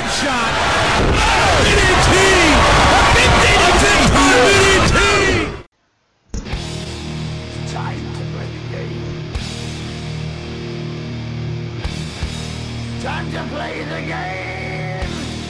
shot. DDT! Big DDT! DDT! Time to play the game. Time to play the game.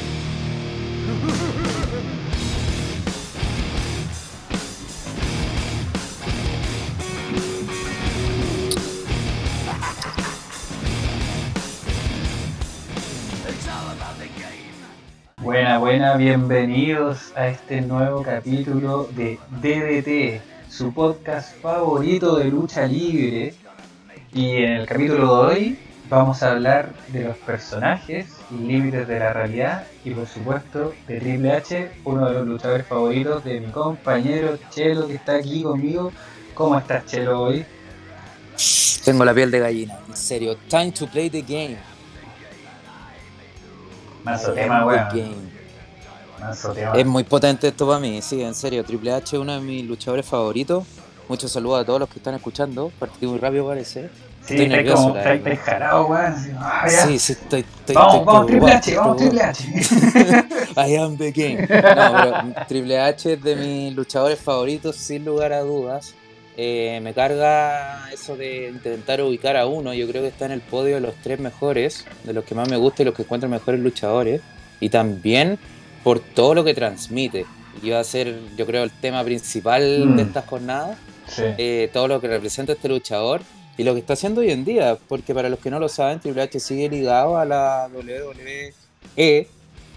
Buena, bienvenidos a este nuevo capítulo de DDT, su podcast favorito de lucha libre. Y en el capítulo de hoy vamos a hablar de los personajes, límites de la realidad y por supuesto de Triple H, uno de los luchadores favoritos de mi compañero Chelo, que está aquí conmigo. ¿Cómo estás, Chelo, hoy? Tengo la piel de gallina, en serio. Time to play the game. Manso tema, weón. Es muy potente esto para mí, sí, en serio. Triple H es uno de mis luchadores favoritos. Muchos saludos a todos los que están escuchando. Partí muy rápido, parece. Sí, estoy nervioso. Estáis jalado, weón. Sí, estoy. Vamos, Triple H, vamos, Triple H. I am the game. No, pero Triple H es de mis luchadores favoritos, sin lugar a dudas. Me carga eso de intentar ubicar a uno. Yo creo que está en el podio de los 3 mejores, de los que más me gusta y los que encuentro mejores luchadores. Y también por todo lo que transmite. Y va a ser, yo creo, el tema principal de estas jornadas. Sí. Todo lo que representa este luchador y lo que está haciendo hoy en día. Porque para los que no lo saben, Triple H sigue ligado a la WWE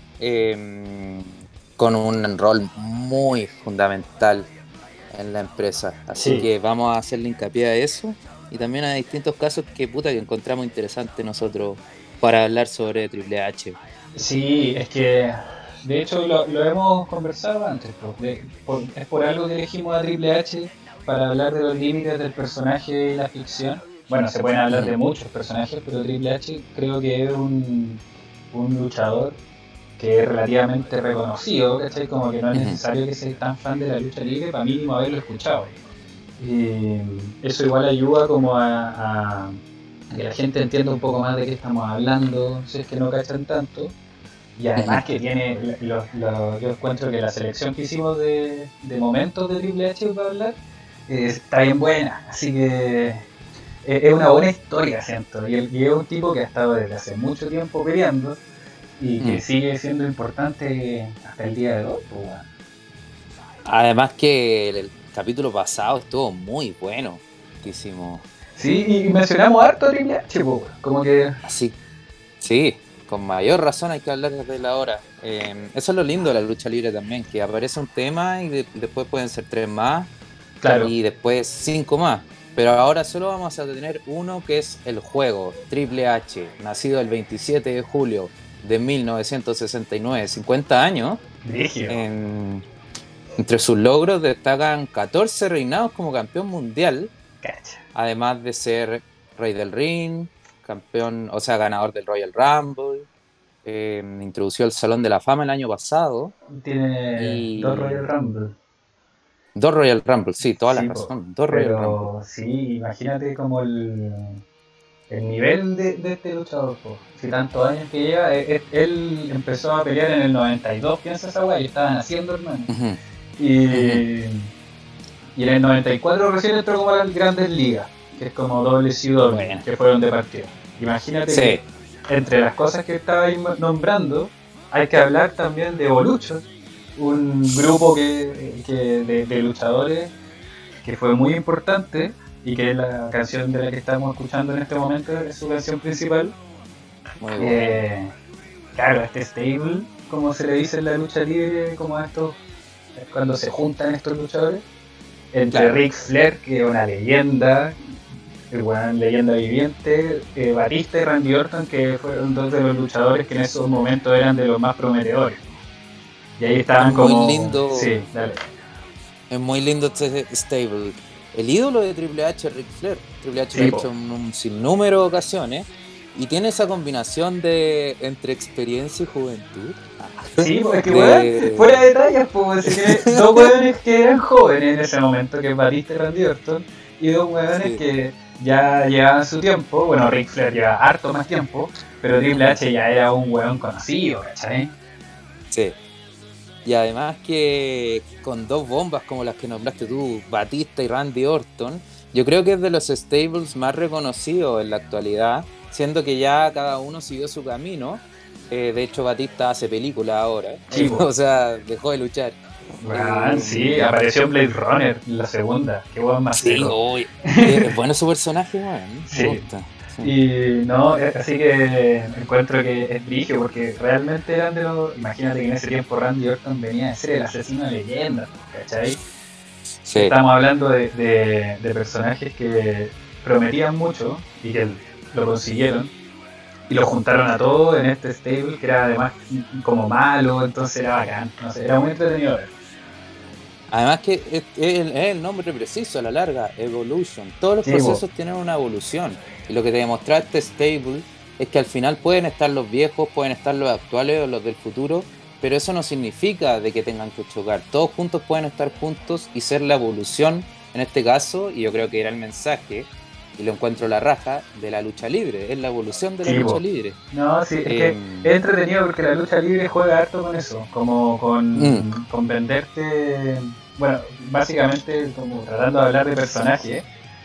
con un rol muy fundamental en la empresa, así que vamos a hacerle hincapié a eso y también a distintos casos que encontramos interesantes nosotros para hablar sobre Triple H. Sí, es que de hecho lo hemos conversado antes, es por algo que elegimos a Triple H para hablar de los límites del personaje y la ficción. Bueno, se pueden hablar de muchos personajes, pero Triple H creo que es un luchador que es relativamente reconocido, ¿cachai? Como que no es necesario que sea tan fan de la lucha libre para mínimo haberlo escuchado. Y eso igual ayuda como a que la gente entienda un poco más de qué estamos hablando, si es que no cachan tanto. Y además que tiene, yo encuentro que la selección que hicimos de momentos de Triple H para hablar está bien buena, así que es una buena historia, siento. Y es un tipo que ha estado desde hace mucho tiempo peleando y que sigue siendo importante hasta el día de hoy. Pues. Además que el capítulo pasado estuvo muy bueno. Hicimos... Sí, y mencionamos harto a Triple H, pues, como que... Así, sí, con mayor razón hay que hablar desde él ahora. Eso es lo lindo de la lucha libre también, que aparece un tema y después pueden ser 3 más, claro, y después 5 más. Pero ahora solo vamos a tener uno, que es el juego. Triple H, nacido el 27 de julio de 1969, 50 años. Entre sus logros destacan 14 reinados como campeón mundial. Cacha. Además de ser rey del ring, campeón, o sea, ganador del Royal Rumble. Introdució el Salón de la Fama el año pasado. Tiene 2 Royal Rumble. 2 Royal Rumble, sí, toda la razón. 2 Royal Rumble. Sí, imagínate como el nivel de este luchador, si tantos años que lleva, él empezó a pelear en el 92, piensa esa weá, y estaba naciendo, hermano. Y en el 94 recién entró como a las Grandes Ligas, que es como WCW, que fue donde partió. Imagínate que entre las cosas que estaba ahí nombrando, hay que hablar también de Evolution, un grupo de luchadores que fue muy importante y que es la canción de la que estamos escuchando en este momento, es su canción principal. Muy bueno. Claro, este stable, como se le dice en la lucha libre, como a estos, cuando se juntan estos luchadores, entre Ric Flair, que es una leyenda, leyenda viviente, Batista y Randy Orton, que fueron 2 de los luchadores que en esos momentos eran de los más prometedores. Y ahí estaban como... Muy lindo. Sí, dale. Es muy lindo este stable. El ídolo de Triple H es Ric Flair. Triple H lo ha hecho en un sinnúmero de ocasiones y tiene esa combinación de entre experiencia y juventud. Sí, pues es que weón, fuera de tallas, pues 2 weones que eran jóvenes en ese momento, que es Batista y Randy Orton, y 2 weones que ya llevaban su tiempo, bueno, Ric Flair lleva harto más tiempo, pero Triple H ya era un weón conocido, ¿cachai? Sí. Y además que con dos bombas como las que nombraste tú, Batista y Randy Orton, yo creo que es de los stables más reconocidos en la actualidad, siendo que ya cada uno siguió su camino. De hecho, Batista hace película ahora, Sí, o sea, dejó de luchar. weón, sí, apareció en Blade Runner, la segunda, qué weón más Sí, seco. uy, es bueno su personaje, weón. Sí. Me gusta. Sí. Y no, así que encuentro que es brígido porque realmente eran de los. Imagínate que en ese tiempo Randy Orton venía de ser el asesino de leyenda, ¿cachai? Sí. Estamos hablando de personajes que prometían mucho y que lo consiguieron y lo juntaron a todos en este stable que era además como malo, entonces era bacán, no sé, era muy entretenido ver. Además que es el nombre preciso a la larga, Evolution. Todos los Sí, procesos tienen una evolución. Y lo que te demuestra este stable es que al final pueden estar los viejos, pueden estar los actuales o los del futuro, pero eso no significa de que tengan que chocar. Todos juntos pueden estar juntos y ser la evolución, en este caso, y yo creo que era el mensaje, y lo encuentro la raja, de la lucha libre. Es la evolución de la Sí, lucha libre. No, sí, es que es entretenido porque la lucha libre juega harto con eso, como con venderte, bueno, básicamente como tratando de hablar de personajes,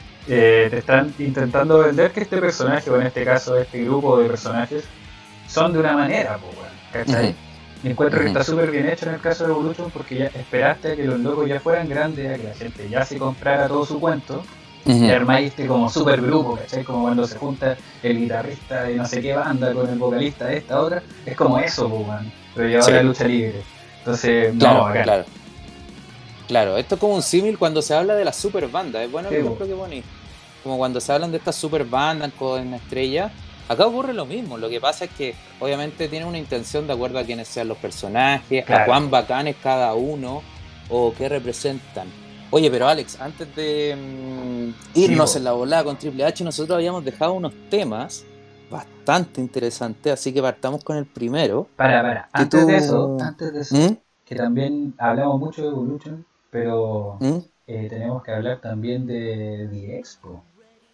te están intentando vender que este personaje, o en este caso este grupo de personajes, son de una manera, pues, bueno, ¿cachai? Y encuentro que está súper bien hecho en el caso de Evolution porque ya esperaste a que los locos ya fueran grandes, a que la gente ya se comprara todo su cuento. Y armáis como super grupo, ¿cachai? Como cuando se junta el guitarrista de no sé qué banda con el vocalista de esta otra, es como eso, pues, man. Pero llevado a la lucha libre. Entonces, claro, no, bacán. Claro, esto es como un símil cuando se habla de las super bandas, es bueno Sí, el ejemplo que poní. Como cuando se hablan de estas super bandas con estrellas, acá ocurre lo mismo, lo que pasa es que obviamente tiene una intención de acuerdo a quiénes sean los personajes, Claro. a cuán bacán es cada uno o qué representan. Oye, pero Alex, antes de irnos Sí, en la volada con Triple H, nosotros habíamos dejado unos temas bastante interesantes, así que partamos con el primero. Para. Que Antes de eso, ¿Mm? que también hablamos mucho de Evolution, pero ¿Mm? tenemos que hablar también de The Expo.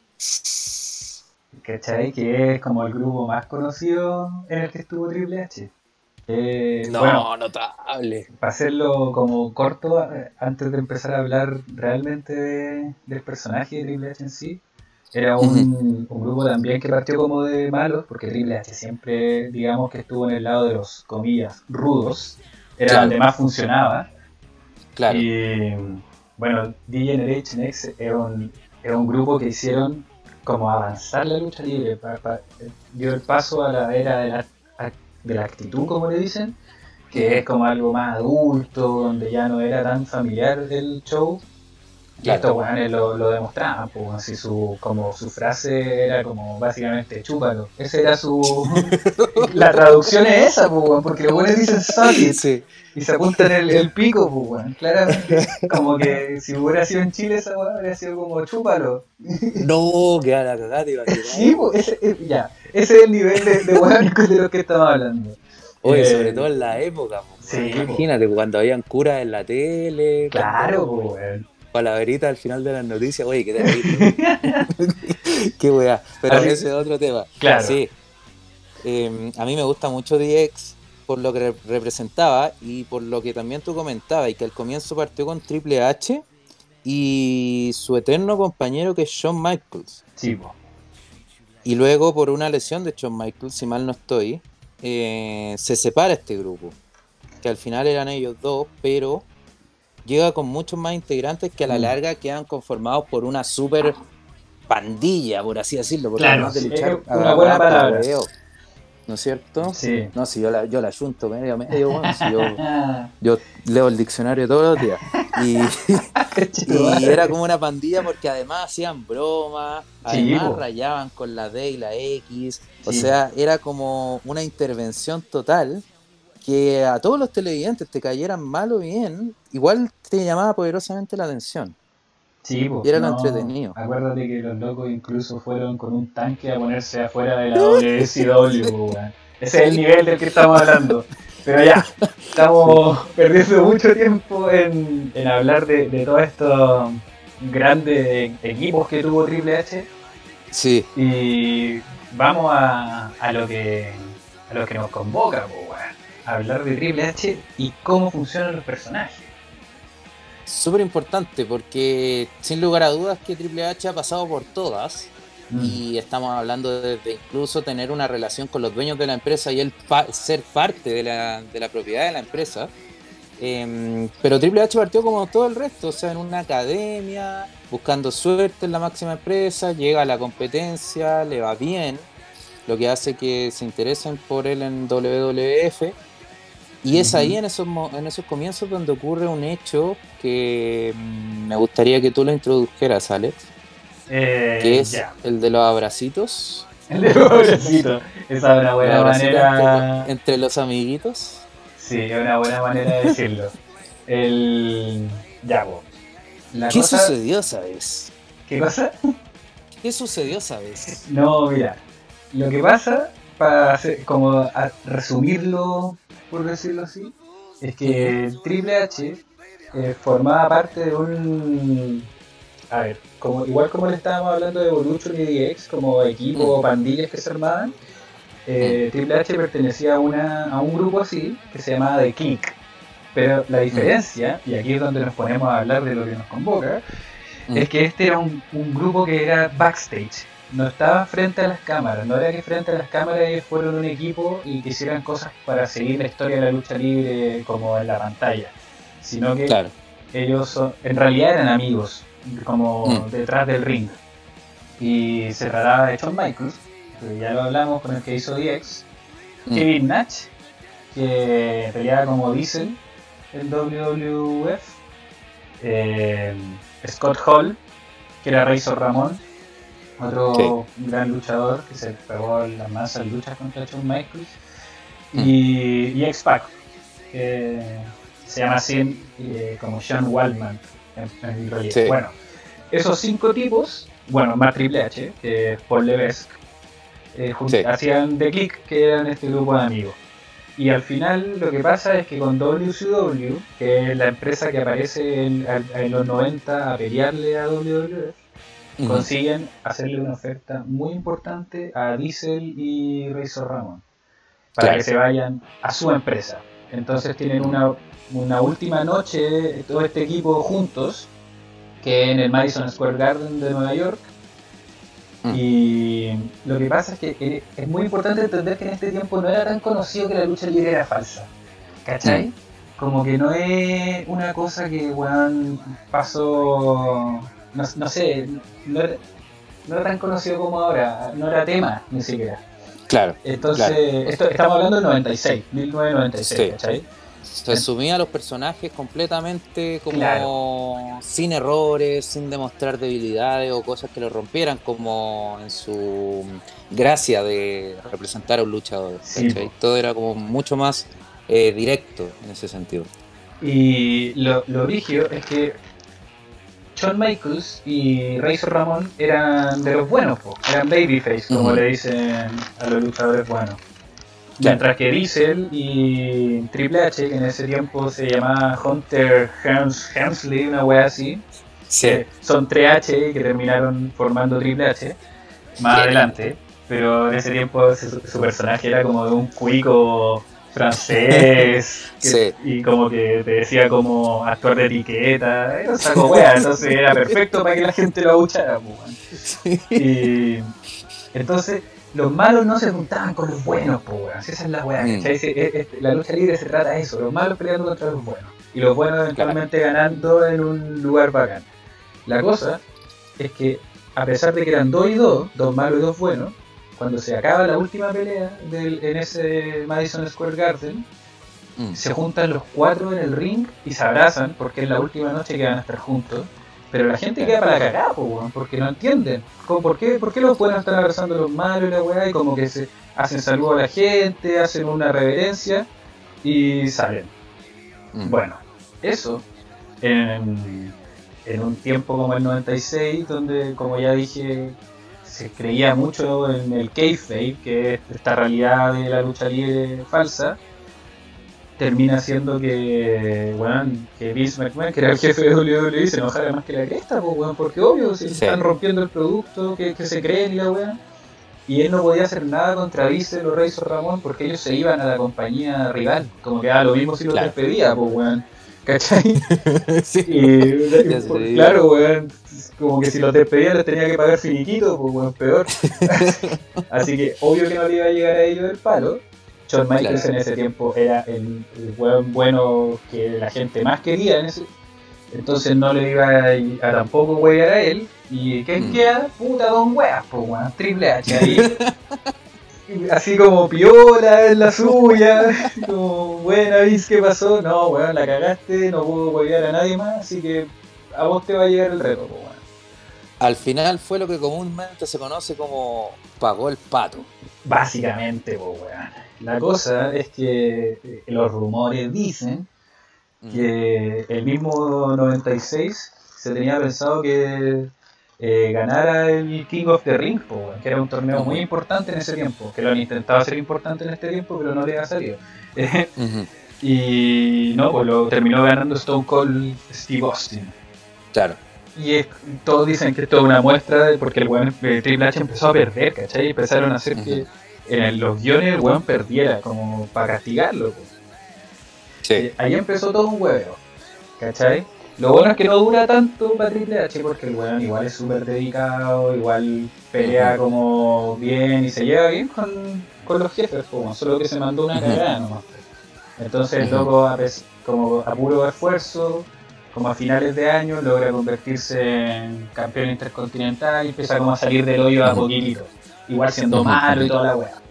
¿Cachai? Que es como el grupo más conocido en el que estuvo Triple H. Bueno, No, notable. para hacerlo como corto, antes de empezar a hablar realmente del personaje de Triple H en sí, era un grupo también que partió como de malos, porque Triple H siempre, digamos que estuvo en el lado de los, comillas, rudos, era Claro. donde más funcionaba. Claro. Y bueno, D-Generation X era un grupo que hicieron como avanzar la lucha libre, dio el paso a la era de la actitud, como le dicen, que es como algo más adulto, donde ya no era tan familiar el show. Y Claro. estos weones lo demostraban, pues, así como su frase era como básicamente chúpalo. Esa era la traducción es esa, pues, weón, porque los weones dicen suck it Sí. y se apuntan el pico, pues, weón. Claramente, como que si hubiera sido en Chile esa weón habría sido como chúpalo. No, que a la cagada te iba a tirar. Sí, pues, ese es el nivel de weón de los que estamos hablando. Oye, sobre todo en la época, po. Sí, Imagínate, cuando habían curas en la tele, claro, cuando pues, weón. palabrita al final de las noticias, oye, qué terrible. Qué weá, pero Así- ese es otro tema. Claro. Sí, a mí me gusta mucho DX por lo que representaba y por lo que también tú comentabas, y que al comienzo partió con Triple H y su eterno compañero que es Shawn Michaels. Sí, po. Y luego por una lesión de Shawn Michaels, si mal no estoy, se separa este grupo, que al final eran ellos dos, pero llega con muchos más integrantes que a la larga quedan conformados por una super pandilla, por así decirlo, porque Claro, además de sí, luchar, es una buena agarrar, palabra. hueveo, ¿no es cierto? Sí. No, si yo la junto medio, bueno, si yo leo el diccionario todos los días. Y era como una pandilla porque además hacían bromas, además rayaban con la D y la X, o sea, era como una intervención total que a todos los televidentes, te cayeran mal o bien, igual te llamaba poderosamente la atención. Sí, pues, Y era lo entretenido. Acuérdate que los locos incluso fueron con un tanque a ponerse afuera de la WCW, weón. Ese es el nivel del que estamos hablando. Pero ya, estamos perdiendo mucho tiempo en hablar de todos estos grandes equipos que tuvo Triple H. Sí, Y vamos a lo que nos convoca, po, weón. A hablar de Triple H y cómo funcionan los personajes. súper importante porque sin lugar a dudas que Triple H ha pasado por todas y estamos hablando de incluso tener una relación con los dueños de la empresa y él ser parte de la propiedad de la empresa. Pero Triple H partió como todo el resto, o sea, en una academia, buscando suerte en la máxima empresa, llega a la competencia, le va bien, lo que hace que se interesen por él en WWF. Y es ahí en esos comienzos donde ocurre un hecho que me gustaría que tú lo introdujeras, Alex, que es Ya. el de los abracitos. El de pobrecito. Esa es una buena Los abracitos manera. entre los amiguitos. Sí, es una buena manera de decirlo. El. Ya, po. La ¿Qué cosa. sucedió esa vez? ¿Qué cosa? ¿Qué sucedió esa vez? No, mira. Lo que pasa, para hacer, como resumirlo, por decirlo así, es que Triple H formaba parte de un. A ver, como, igual como le estábamos hablando de Evolution y DX, como equipo o pandillas que se armaban, Triple H pertenecía a un grupo así que se llamaba The Click. Pero la diferencia, y aquí es donde nos ponemos a hablar de lo que nos convoca, es que este era un grupo que era backstage. No estaba frente a las cámaras, no era que frente a las cámaras ellos fueron un equipo y que hicieran cosas para seguir la historia de la lucha libre como en la pantalla, sino que Claro. ellos en realidad eran amigos, como detrás del ring. Y se trataba de Shawn Michaels, que ya lo hablamos con el que hizo DX, Kevin Nash, que peleaba como Diesel en WWF, Scott Hall, que era Razor Ramón, otro gran luchador que se pegó en las masas luchas contra Shawn Michaels, y X-Pac, que se llama así como Sean Waldman en realidad. Sí. Bueno, esos 5 tipos, bueno, más Triple H, que es Paul Levesque, hacían The Click, que eran este grupo de amigos. Y al final lo que pasa es que con WCW, que es la empresa que aparece en los 90 a pelearle a WWF, consiguen hacerle una oferta muy importante a Diesel y Razor Ramón para que se vayan a su empresa. Entonces tienen una última noche todo este equipo juntos, que en el Madison Square Garden de Nueva York. Y lo que pasa es que es muy importante entender que en este tiempo no era tan conocido que la lucha libre era falsa, ¿cachai? Como que no es una cosa que pasó, no sé, no era tan conocido como ahora, no era tema ni siquiera. Claro. Entonces, esto estamos hablando del 96, 1996, ¿cachai? Se asumía a los personajes completamente como sin errores, sin demostrar debilidades o cosas que lo rompieran, como en su gracia de representar a un luchador. Sí, todo era como mucho más directo en ese sentido. Y lo rígido es que Shawn Michaels y Razor Ramón eran de los buenos, eran babyface, como le dicen a los luchadores buenos. Mientras que Diesel y Triple H, que en ese tiempo se llamaba Hunter Helmsley, una wea así, son 3H que terminaron formando Triple H más adelante, pero en ese tiempo su personaje era como de un cuico francés y como que te decía como actor de etiqueta, era un saco wea, entonces era perfecto para que la gente lo abuchara. Y entonces los malos no se juntaban con los buenos, esa es la weá, la lucha libre se trata de eso, los malos peleando contra los buenos y los buenos eventualmente ganando en un lugar bacán. La cosa es que a pesar de que eran 2 y 2, 2 malos y 2 buenos, cuando se acaba la última pelea en ese Madison Square Garden, se juntan los 4 en el ring y se abrazan porque es la última noche que van a estar juntos. Pero la gente queda para la cagada, porque no entienden. ¿Por qué los buenos están abrazando a los malos y la weá? Y como que se hacen saludo a la gente, hacen una reverencia y salen. Bueno, eso en un tiempo como el 96, donde, como ya dije, se creía mucho en el kayfabe, que es esta realidad de la lucha libre falsa. termina siendo que, weón, que Vince McMahon, que era el jefe de WWE, se enojara más que la cresta, pues, weón, porque obvio, si Sí. están rompiendo el producto, que se creen y la weón. Y él no podía hacer nada contra Diesel o Razor Ramón porque ellos se iban a la compañía rival. Como que lo mismo si los Claro. despedía, pues, weón. ¿Cachai? Sí. Y, Ya se claro, weón, como que si los despedía les tenía que pagar finiquito, pues, weón, peor. Así que obvio que no le iba a llegar a ellos el palo. Shawn Michaels Claro. en ese tiempo era el weón bueno que la gente más quería en ese. Entonces no le iba a tampoco huear a él. ¿Y quién queda? Puta Don Weas, pues weón, Triple H ahí. Así como piola en la suya, como buena Vince, ¿qué pasó? No, weón, la cagaste, no puedo huevear a nadie más, así que a vos te va a llegar el reto, pues weón. Al final fue lo que comúnmente se conoce como pagó el pato. Básicamente, pues weón. La cosa es que los rumores dicen que el mismo 96 se tenía pensado que ganara el King of the Ring, po, weón, que era un torneo muy importante en ese tiempo, que lo han intentado hacer importante en este tiempo, pero no le ha salido. Y no, pues lo terminó ganando Stone Cold Steve Austin. Claro. Y todos dicen que es toda una muestra, porque el weón Triple H empezó a perder, ¿cachai? Y empezaron a hacer que en los guiones el weón perdiera, como para castigarlo, pues. Sí. Ahí empezó todo un hueveo, ¿cachai? Lo bueno es que no dura tanto para Triple H porque el weón igual es súper dedicado, igual pelea como bien y se lleva bien con los jefes, como solo que se mandó una cagada nomás. Entonces el loco, como a puro esfuerzo, como a finales de año, logra convertirse en campeón intercontinental y empieza como a salir del hoyo a poquitito. Igual siendo malo y toda la wea.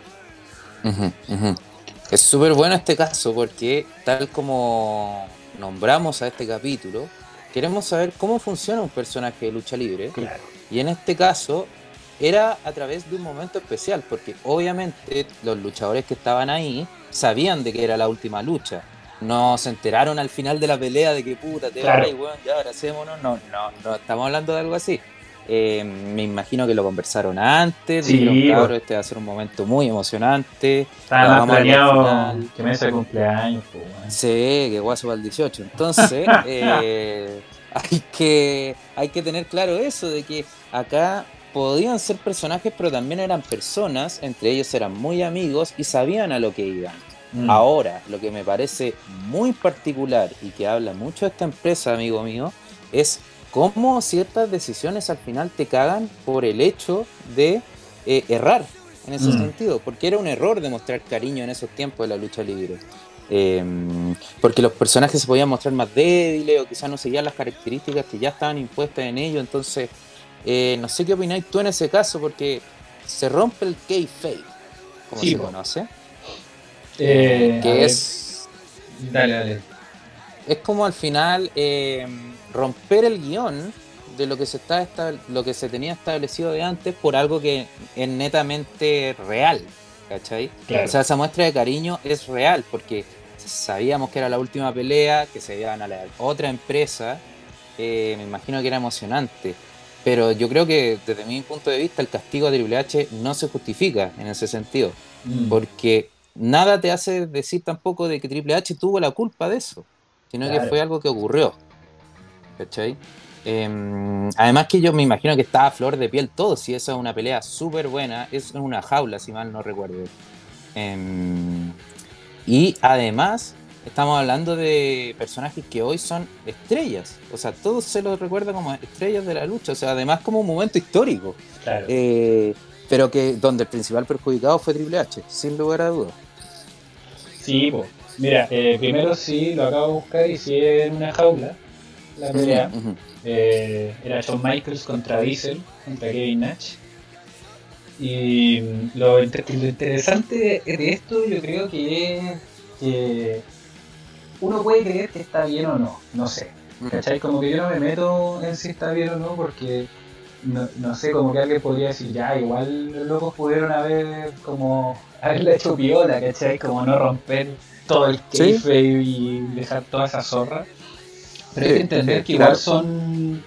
Es súper bueno este caso porque tal como nombramos a este capítulo, queremos saber cómo funciona un personaje de lucha libre. Claro. Y en este caso era a través de un momento especial, porque obviamente los luchadores que estaban ahí sabían de que era la última lucha. No se enteraron al final de la pelea de que puta, te Claro. vas, weón, ya abracémonos. No, estamos hablando de algo así. Me imagino que lo conversaron antes, Sí, dijeron, pues. cabrón, este va a ser un momento muy emocionante. Estaba lo más hagamos algo al planeado final. que mesa de cumpleaños, pues, weón. Sí, que guaso para el 18. Entonces, hay que tener claro eso, de que acá podían ser personajes, pero también eran personas, entre ellos eran muy amigos y sabían a lo que iban. Ahora, lo que me parece muy particular y que habla mucho de esta empresa, amigo mío, es cómo ciertas decisiones al final te cagan por el hecho de errar en ese sentido, porque era un error demostrar cariño en esos tiempos de la lucha libre. Porque los personajes se podían mostrar más débiles o quizás no seguían las características que ya estaban impuestas en ellos. Entonces, no sé qué opináis tú en ese caso, porque se rompe el kayfabe, como Sí, se po. conoce, A que ver, es dale. es como al final romper el guión de lo que lo que se tenía establecido de antes por algo que es netamente real, ¿cachai? Claro. O sea, esa muestra de cariño es real porque sabíamos que era la última pelea, que se iban a la otra empresa, me imagino que era emocionante. Pero yo creo que desde mi punto de vista el castigo a Triple H no se justifica en ese sentido, porque nada te hace decir tampoco de que Triple H tuvo la culpa de eso, sino Claro. que fue algo que ocurrió, ¿cachai? Además que yo me imagino que estaba a flor de piel todo, si esa es una pelea súper buena, es en una jaula si mal no recuerdo. Y además estamos hablando de personajes que hoy son estrellas, o sea, todos se los recuerda como estrellas de la lucha, o sea, además como un momento histórico. Claro. Pero que donde el principal perjudicado fue Triple H, sin lugar a dudas. Sí, pues. Mira, primero sí, lo acabo de buscar y sí es en una jaula la pelea. Era Shawn Michaels contra Diesel, contra Kevin Nash. Y lo interesante de esto yo creo que es que uno puede creer que está bien o no sé. ¿Cachai? Como que yo no me meto en si está bien o no porque no sé, como que alguien podría decir, ya, igual los locos pudieron haberle hecho piola, ¿cachai? Como no romper todo el kayfabe y dejar toda esa zorra. Pero hay que entender que igual son...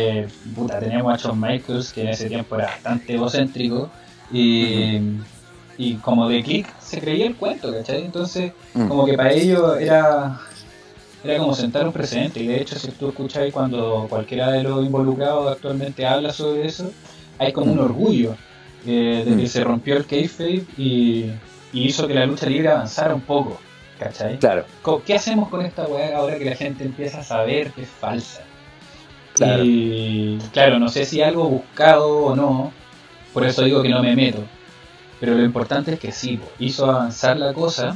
teníamos a Shawn Michaels, que en ese tiempo era bastante egocéntrico, y Y como de clic se creía el cuento, ¿cachai? Entonces, Mm. como que para ellos era como sentar un precedente. Y de hecho, si tú escucháis cuando cualquiera de los involucrados actualmente habla sobre eso, hay como un orgullo de que se rompió el kayfabe y hizo que la lucha libre avanzara un poco, ¿cachai? Claro, ¿Qué hacemos con esta weá ahora que la gente empieza a saber que es falsa? claro. Y claro, no sé si algo buscado o no, por eso digo que no me meto. Pero lo importante es que sí, po, hizo avanzar la cosa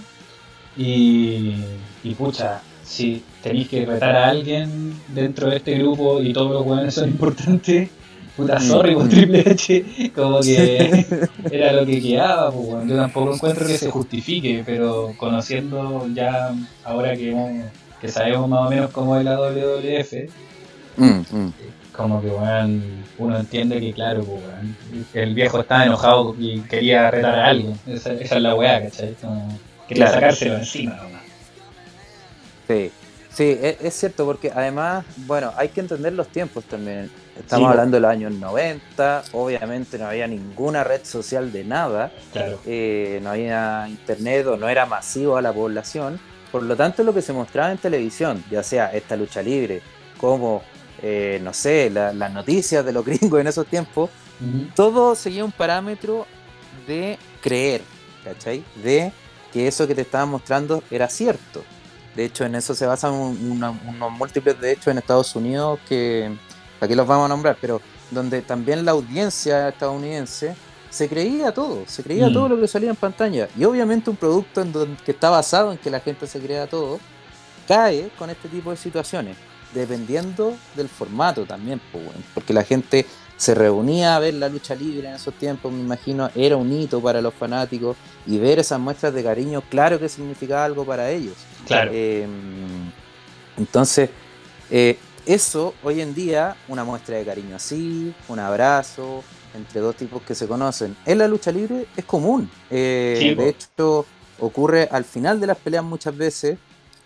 y pucha, si tenéis que retar a alguien dentro de este grupo y todos los weones son importantes, puta sorry por Triple H, como que era lo que quedaba, pues weón. Yo tampoco encuentro que se justifique, pero conociendo ya ahora que sabemos más o menos cómo es la WWF, Mm, mm. como que weón, uno entiende que claro, pues, weón, el viejo estaba enojado y quería retar a alguien. Esa es la weá, ¿cachai? Como, quería Claro. sacárselo encima nomás. Sí, sí, es cierto, porque además, bueno, hay que entender los tiempos también. Estamos Sí, po. hablando de los años 90, obviamente no había ninguna red social de nada, Claro. no había internet o no era masivo a la población, por lo tanto lo que se mostraba en televisión, ya sea esta lucha libre, como, no sé, las noticias de los gringos en esos tiempos, Ujú. todo seguía un parámetro de creer, ¿cachai? De que eso que te estaban mostrando era cierto. De hecho, en eso se basan unos múltiples, de hecho, en Estados Unidos, que aquí los vamos a nombrar, pero donde también la audiencia estadounidense se creía todo lo que salía en pantalla. Y obviamente un producto que está basado en que la gente se crea todo, cae con este tipo de situaciones, dependiendo del formato también, pues, bueno, porque la gente se reunía a ver la lucha libre en esos tiempos, me imagino, era un hito para los fanáticos, y ver esas muestras de cariño, claro que significaba algo para ellos. Claro. Entonces, eso hoy en día, una muestra de cariño así, un abrazo entre dos tipos que se conocen en la lucha libre es común. Sí, po. De hecho, ocurre al final de las peleas muchas veces,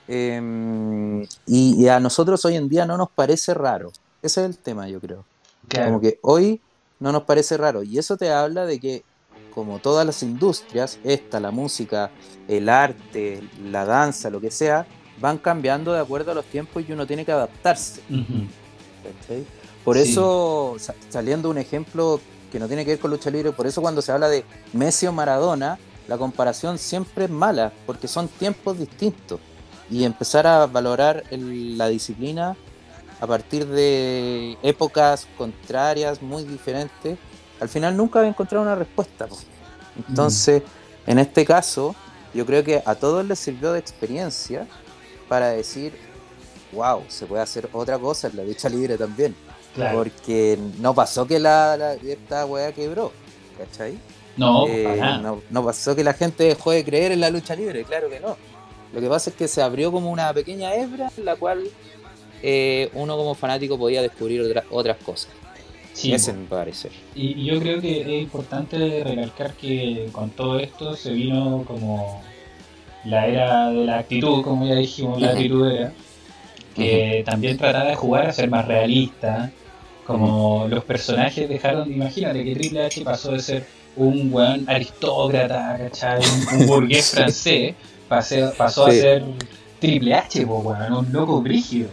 y a nosotros hoy en día no nos parece raro. Ese es el tema, yo creo. Como Claro. que hoy no nos parece raro. Y eso te habla de que, como todas las industrias, la música, el arte, la danza, lo que sea, van cambiando de acuerdo a los tiempos y uno tiene que adaptarse. Ujú. ¿Cachai? Por Sí. eso, saliendo un ejemplo que no tiene que ver con lucha libre, por eso cuando se habla de Messi o Maradona, la comparación siempre es mala, porque son tiempos distintos. Y empezar a valorar la disciplina a partir de épocas contrarias, muy diferentes, al final nunca va a encontrar una respuesta, po. Entonces, en este caso, yo creo que a todos les sirvió de experiencia para decir, wow, se puede hacer otra cosa en la lucha libre también. Claro. Porque no pasó que esta weá quebró, ¿cachai? No, para nada. No pasó que la gente dejó de creer en la lucha libre, claro que no. Lo que pasa es que se abrió como una pequeña hebra en la cual uno como fanático podía descubrir otras cosas. Sí, Ese po. es mi parecer. Y yo creo que es importante recalcar que con todo esto se vino como la era de la actitud, como ya dijimos, la Ujú, actitud era, ujú, que también trataba de jugar a ser más realista, ujú. como los personajes dejaron, imagínate que Triple H pasó de ser un weón aristócrata, ¿cachai? Un burgués francés, pasó a Sí, ser Triple H, po, weón, un loco brígido.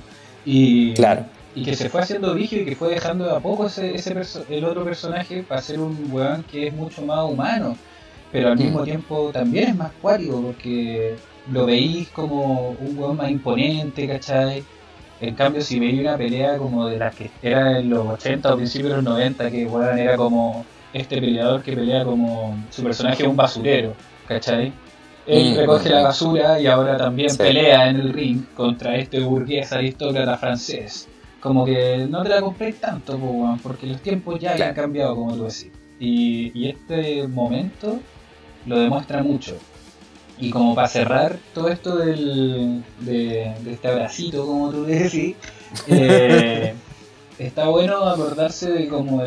Y, claro. y que se fue haciendo brígido y que fue dejando de a poco el otro personaje para ser un weón que es mucho más humano, pero al Mm, mismo tiempo también es más cuático porque lo veís como un weón más imponente, ¿cachai? En cambio, si veis una pelea como de las que era en los 80 o principios de los 90, que weón era como este peleador que pelea como su personaje es un basurero, ¿cachai? Él recoge la mm. basura y ahora también Sí, pelea en el ring contra este burgués aristócrata francés. Como que no te la compréis tanto, po, weón, porque los tiempos ya habían claro. cambiado, como tú decís. Y este momento lo demuestra mucho. Y como para cerrar todo esto de este abracito, como tú decís, eh, está bueno acordarse de como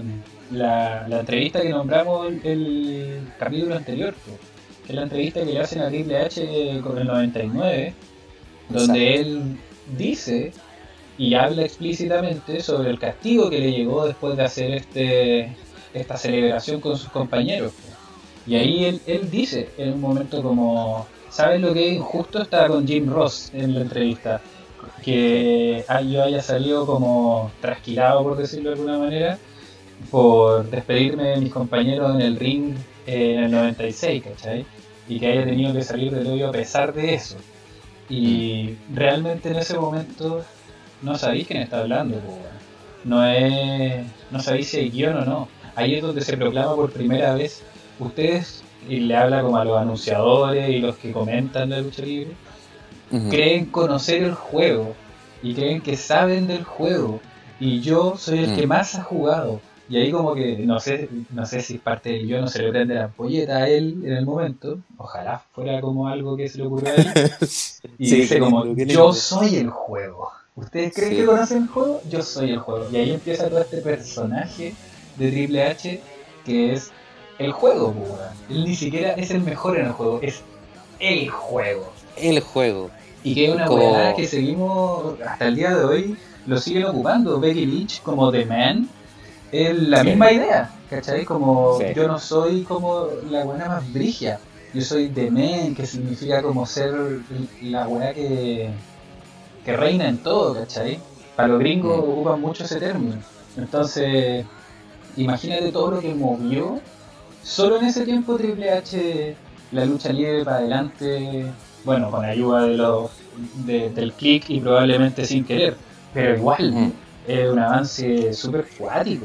la entrevista que nombramos el capítulo anterior, po, que es la entrevista que le hacen a Triple H con el 99, donde Exacto. él dice y habla explícitamente sobre el castigo que le llegó después de hacer esta celebración con sus compañeros, po. Y ahí él dice en un momento como, ¿sabes lo que es injusto? Estaba con Jim Ross en la entrevista, que yo haya salido como trasquilado, por decirlo de alguna manera, por despedirme de mis compañeros en el ring en el 96, ¿cachai? Y que haya tenido que salir del hoyo a pesar de eso. Y realmente en ese momento no sabéis quién está hablando, po, weón. No sabéis si hay guión o no. Ahí es donde se proclama por primera vez. Ustedes, y le habla como a los anunciadores y los que comentan la lucha libre, creen conocer el juego y creen que saben del juego. Y yo soy el que más ha jugado. Y ahí como que no sé si parte de yo no se le prende la ampolleta a él en el momento. Ojalá fuera como algo que se le ocurrió a él. Y Sí, dice qué como, lindo, qué yo lindo. soy el juego. ¿Ustedes creen Sí. que conocen el juego? Yo soy el juego. Y ahí empieza todo este personaje de Triple H que es el juego, po, weón. Él ni siquiera es el mejor en el juego, es el juego. El juego. Y que es una Como- weá que seguimos hasta el día de hoy, lo siguen ocupando. Becky Lynch como The Man es la Sí. misma idea, ¿cachai? Como Sí. yo no soy como la weá más brigia, yo soy The Man, que significa como ser la weá que reina en todo, ¿cachai? Para los gringos ocupan mucho ese término. Entonces, imagínate todo lo que movió solo en ese tiempo Triple H, la lucha libre para adelante, bueno, con ayuda del click y probablemente sin querer, pero igual es un avance súper cuático.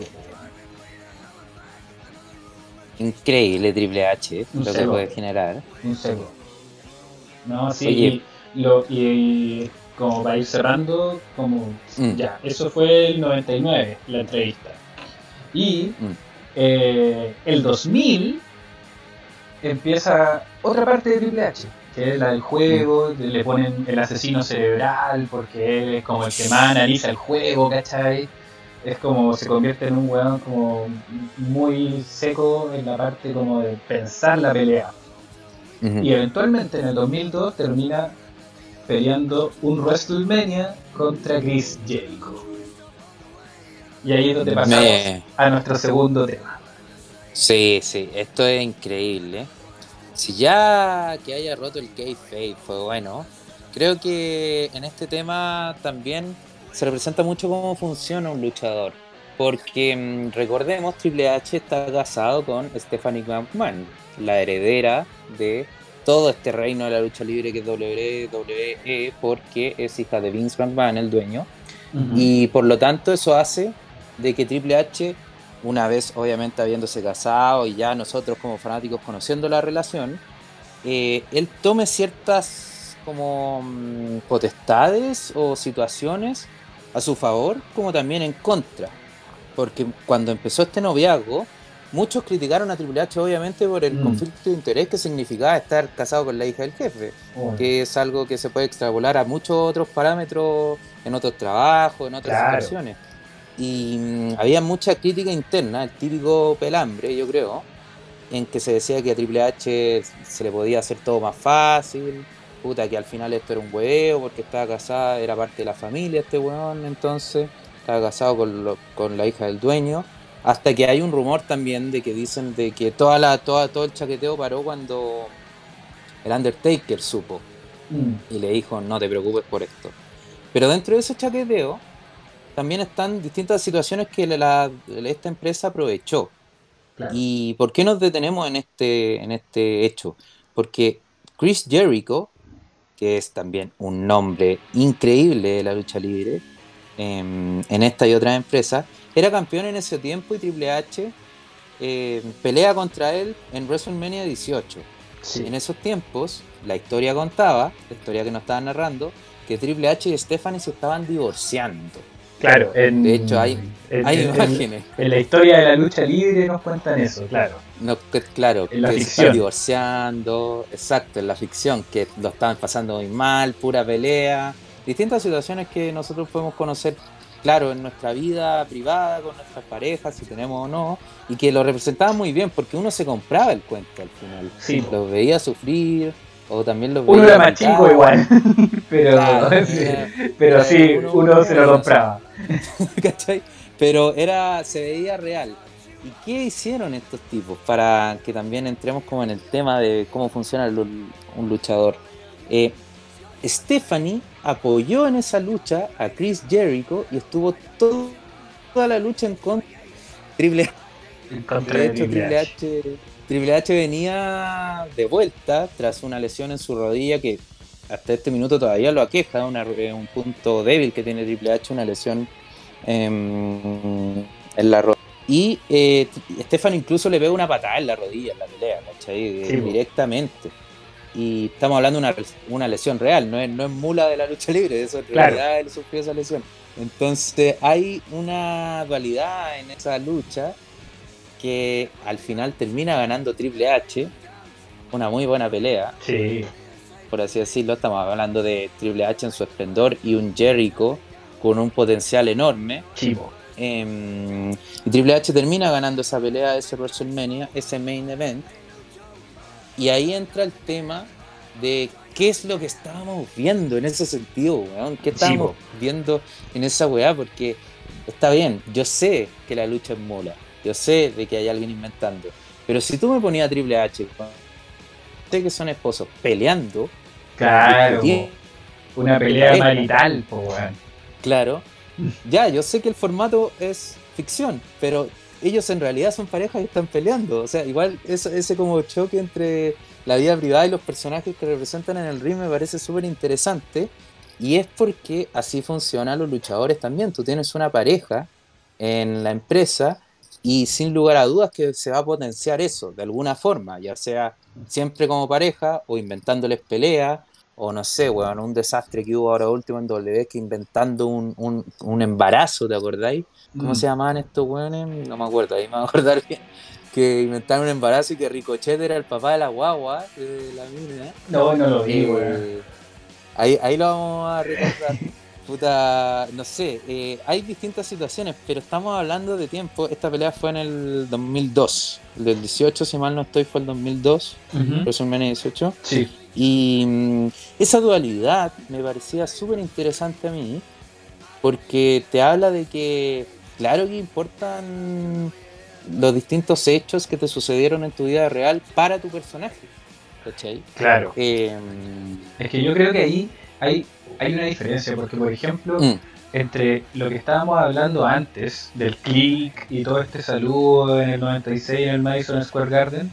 Increíble Triple H, Un lo que cebo. puede generar. Un seco. No, sí, Oye. y como para ir cerrando, como ya, eso fue el 99, la entrevista. Y el 2000 empieza otra parte de Triple H, que es la del juego, le ponen el asesino cerebral, porque él es como el que más analiza el juego, ¿cachai? Es como se convierte en un weón como muy seco en la parte como de pensar la pelea. Y eventualmente en el 2002 termina peleando un WrestleMania contra Chris Jericho. Y ahí es donde pasamos a nuestro segundo tema. Sí, esto es increíble. Si ya que haya roto el kayfabe fue bueno, creo que en este tema también se representa mucho cómo funciona un luchador. Porque recordemos, Triple H está casado con Stephanie McMahon, la heredera de todo este reino de la lucha libre que es WWE, porque es hija de Vince McMahon, el dueño. Y por lo tanto eso hace de que Triple H, una vez obviamente habiéndose casado y ya nosotros como fanáticos conociendo la relación, él tome ciertas como potestades o situaciones a su favor como también en contra. Porque cuando empezó este noviazgo, muchos criticaron a Triple H obviamente por el conflicto de interés que significaba estar casado con la hija del jefe, que es algo que se puede extrapolar a muchos otros parámetros en otros trabajos, en otras situaciones. Y había mucha crítica interna, el típico pelambre, yo creo, en que se decía que a Triple H se le podía hacer todo más fácil, puta, que al final esto era un hueveo porque estaba casada, era parte de la familia este weón, entonces estaba casado con la hija del dueño, hasta que hay un rumor también de que dicen de que todo el chaqueteo paró cuando el Undertaker supo y le dijo no te preocupes por esto. Pero dentro de ese chaqueteo también están distintas situaciones que esta empresa aprovechó. Claro. ¿Y por qué nos detenemos en este hecho? Porque Chris Jericho, que es también un nombre increíble de la lucha libre, en esta y otras empresas, era campeón en ese tiempo y Triple H pelea contra él en WrestleMania 18. Sí. En esos tiempos, la historia contaba, la historia que nos estaban narrando, que Triple H y Stephanie se estaban divorciando. Claro, de hecho hay imágenes. En la historia de la lucha libre nos cuentan eso, claro. Claro, en la que ficción. Se están divorciando, exacto, en la ficción, que lo estaban pasando muy mal, pura pelea, distintas situaciones que nosotros podemos conocer, claro, en nuestra vida privada, con nuestras parejas, si tenemos o no, y que lo representaban muy bien, porque uno se compraba el cuento al final. Sí. Los veía sufrir, o también los veía... Uno era más chico igual, pero, claro, pero sí, uno se lo compraba. ¿Cachai? Pero se veía real. ¿Y qué hicieron estos tipos? Para que también entremos como en el tema de cómo funciona un luchador. Eh, Stephanie apoyó en esa lucha a Chris Jericho y estuvo toda la lucha en contra de Triple H. En contra De de hecho, Triple H. Triple H venía de vuelta tras una lesión en su rodilla que hasta este minuto todavía lo aqueja, un punto débil que tiene Triple H, una lesión en la rodilla. Y Stephanie incluso le pega una patada en la rodilla en la pelea, ¿cachai? Sí, directamente. Y estamos hablando de una lesión real, no es mula de la lucha libre, eso en Claro. realidad él sufrió esa lesión. Entonces hay una dualidad en esa lucha que al final termina ganando Triple H, una muy buena pelea, Sí. por así decirlo. Estamos hablando de Triple H en su esplendor y un Jericho con un potencial enorme. Chivo. Y Triple H termina ganando esa pelea, ese WrestleMania, ese main event. Y ahí entra el tema de qué es lo que estábamos viendo en ese sentido, weón. ¿Qué estábamos viendo en esa weá? Porque está bien, yo sé que la lucha es mula, yo sé de que hay alguien inventando, pero si tú me ponías a Triple H, sé que son esposos peleando, Claro. discutiendo, Una pelea pareja, marital, po, weón. claro, ya, yo sé que el formato es ficción, pero ellos en realidad son parejas y están peleando. O sea, igual ese como choque entre la vida privada y los personajes que representan en el ring me parece súper interesante. Y es porque así funcionan los luchadores también. Tú tienes una pareja en la empresa y sin lugar a dudas que se va a potenciar eso de alguna forma, ya sea siempre como pareja o inventándoles peleas. O no sé, weón, un desastre que hubo ahora último en W, que inventando un embarazo, ¿te acordáis? ¿Cómo se llamaban estos weones? No me acuerdo, ahí me voy a acordar bien. Que inventaron un embarazo y que Ricochet era el papá de la guagua, de la mina. No lo vi, weón. Ahí lo vamos a recordar. Puta, no sé, hay distintas situaciones, pero estamos hablando de tiempo. Esta pelea fue en el 2002. El del 18, si mal no estoy, fue el 2002. WrestleMania 18. Sí. Y esa dualidad me parecía súper interesante a mí, porque te habla de que, claro que importan los distintos hechos que te sucedieron en tu vida real para tu personaje, ¿cachai? Claro. Es que yo creo que ahí hay una diferencia, porque por ejemplo, entre lo que estábamos hablando antes, del click y todo este saludo en el 96 en el Madison Square Garden,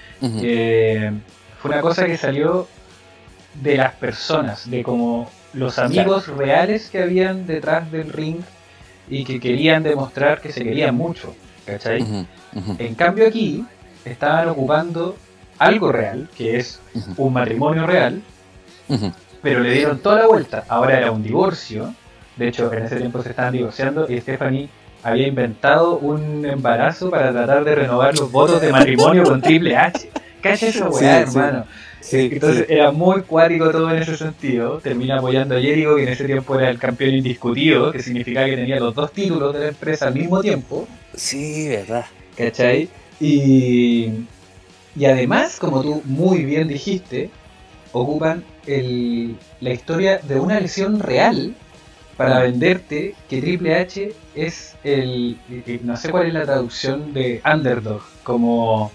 fue una cosa que salió de las personas, de como los amigos reales que habían detrás del ring y que querían demostrar que se querían mucho, ¿cachai? En cambio aquí estaban ocupando algo real, que es un matrimonio real, pero le dieron toda la vuelta. Ahora era un divorcio, de hecho en ese tiempo se estaban divorciando y Stephanie había inventado un embarazo para tratar de renovar los votos de matrimonio con Triple H. ¿Cacha esa weá, hermano? Sí, entonces era muy cuático todo en ese sentido. Termina apoyando a Jericho, que en ese tiempo era el campeón indiscutido, que significaba que tenía los dos títulos de la empresa al mismo tiempo. Sí, verdad. ¿Cachai? Y además, como tú muy bien dijiste, ocupan la historia de una lesión real para venderte que Triple H es no sé cuál es la traducción de underdog, como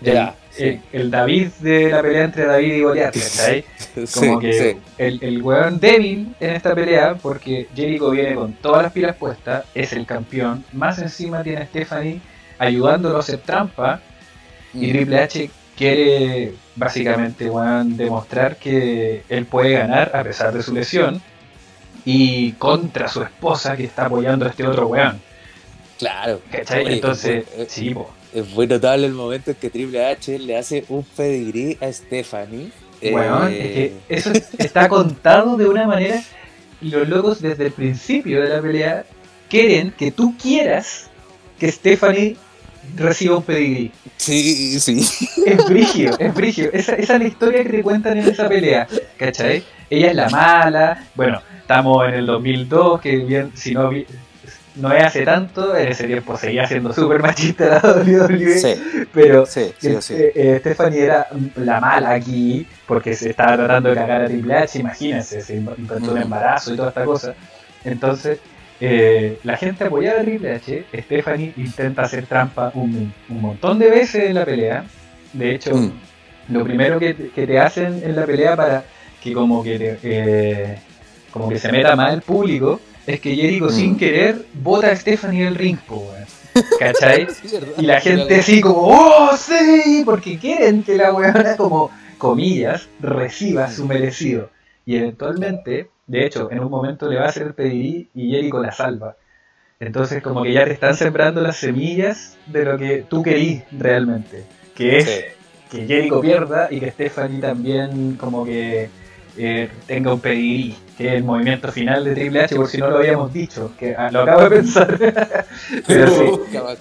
el David de la pelea entre David y Goliat, ¿cachai? Como que el weón débil en esta pelea, porque Jericho viene con todas las pilas puestas, es el campeón, más encima tiene a Stephanie ayudándolo a hacer trampa, y Triple H quiere básicamente, weón, demostrar que él puede ganar a pesar de su lesión y contra su esposa que está apoyando a este otro weón. Claro. ¿Cachai? Oye, entonces, sí, po. Es muy notable el momento en que Triple H le hace un pedigrí a Stephanie. Weón, es que eso está contado de una manera, y los locos desde el principio de la pelea quieren que tú quieras que Stephanie reciba un pedigrí. Sí. Es brigio. Esa es la historia que te cuentan en esa pelea, ¿cachai? Ella es la mala, bueno, estamos en el 2002, que bien, si no es hace tanto, en ese tiempo seguía siendo súper machista la WWE, pero Stephanie era la mala aquí, porque se estaba tratando de cagar a Triple H, imagínense, se inventó un embarazo y toda esta cosa. Entonces, la gente apoyaba a Triple H. Stephanie intenta hacer trampa un montón de veces en la pelea. De hecho, lo primero que te hacen en la pelea para que como que se meta más el público es que Jericho sin querer bota a Stephanie del ring, po, weón. ¿Cachai? Sí, ¿verdad? Y la gente así como, ¡oh, sí! Porque quieren que la weona, como, comillas, reciba su merecido. Y eventualmente, de hecho, en un momento le va a hacer el pedigrí y Jericho la salva. Entonces como que ya te están sembrando las semillas de lo que tú querís realmente. Que es Sí. que Jericho pierda y que Stephanie también como que tenga un pedigrí, que es el movimiento final de Triple H, por si no lo habíamos dicho, que lo acabo de pensar. Pero sí.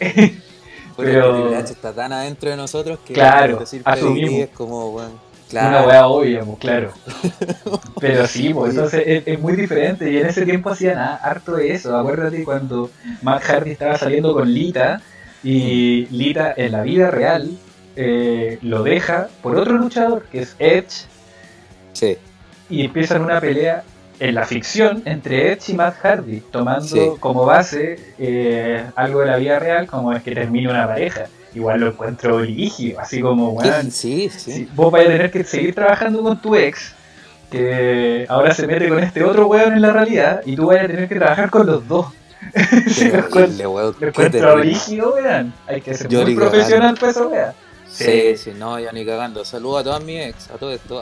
Pero Triple H está tan adentro de nosotros que Claro, decir asumimos. pedigrí es como, bueno, Una claro. weá obvia, pues, claro. Pero sí, pues entonces es muy diferente. Y en ese tiempo hacían harto de eso. Acuérdate cuando Matt Hardy estaba saliendo con Lita y Lita en la vida real lo deja por otro luchador que es Edge Sí, y empiezan una pelea en la ficción entre Edge y Matt Hardy, tomando Sí. como base algo de la vida real, como es que termine una pareja. Igual lo encuentro brígido, así como, weón, sí. si vos vais a tener que seguir trabajando con tu ex, que ahora se mete con este otro weón en la realidad, y tú vas a tener que trabajar con los dos. Sí, Terrible, weón. lo Qué encuentro terrible. brígido, weón. Hay que ser Yo muy ni profesional para esa weá. Sí, no, ya ni cagando. Saludo a todas mis ex, a todo esto.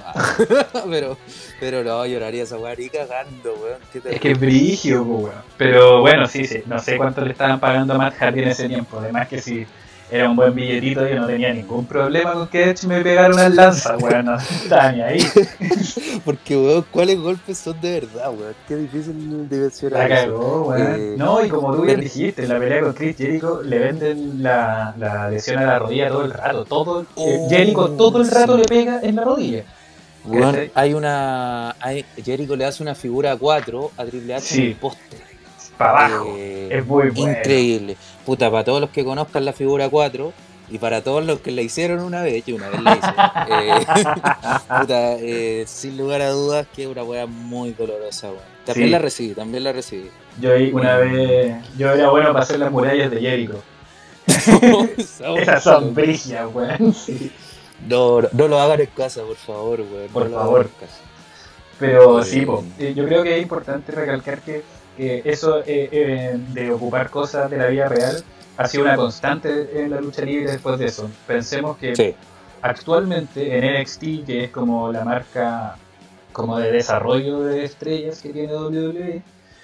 pero no, lloraría esa weá ni cagando, weón. Qué Es que es brígido, weón. Pero bueno, sí, no sé cuánto le estaban pagando a Matt Hardy en ese tiempo. Además que si era un buen billetito, yo no tenía ningún problema con que Edge me pegara unas lanzas, weón. No estaba ni ahí. Porque, weón, ¿cuáles golpes son de verdad, weón? Qué difícil dimensionar La eso. cagó, weón. No, y como tú bien dijiste, en la pelea con Chris Jericho le venden la lesión a la rodilla todo el rato. Jericho todo el rato sí. le pega en la rodilla. Weón, ¿Cachai? Jericho le hace una figura 4 a Triple H en el Sí, poste. para abajo. Es muy bueno. Increíble. Puta, para todos los que conozcan la figura 4 y para todos los que la hicieron una vez, yo una vez la hice. Puta, sin lugar a dudas que es una weá muy dolorosa, weón. También Sí. la recibí. Yo una vez, yo era bueno para hacer las murallas de Jericho. Esas son brígidas, weón. Sí. No lo hagan en casa, por favor, weón. Por no favor. Lo hagan en casa. Pero sí, yo creo que es importante recalcar que eso de ocupar cosas de la vida real ha sido una constante en la lucha libre después de eso. Pensemos que actualmente en NXT, que es como la marca como de desarrollo de estrellas que tiene WWE,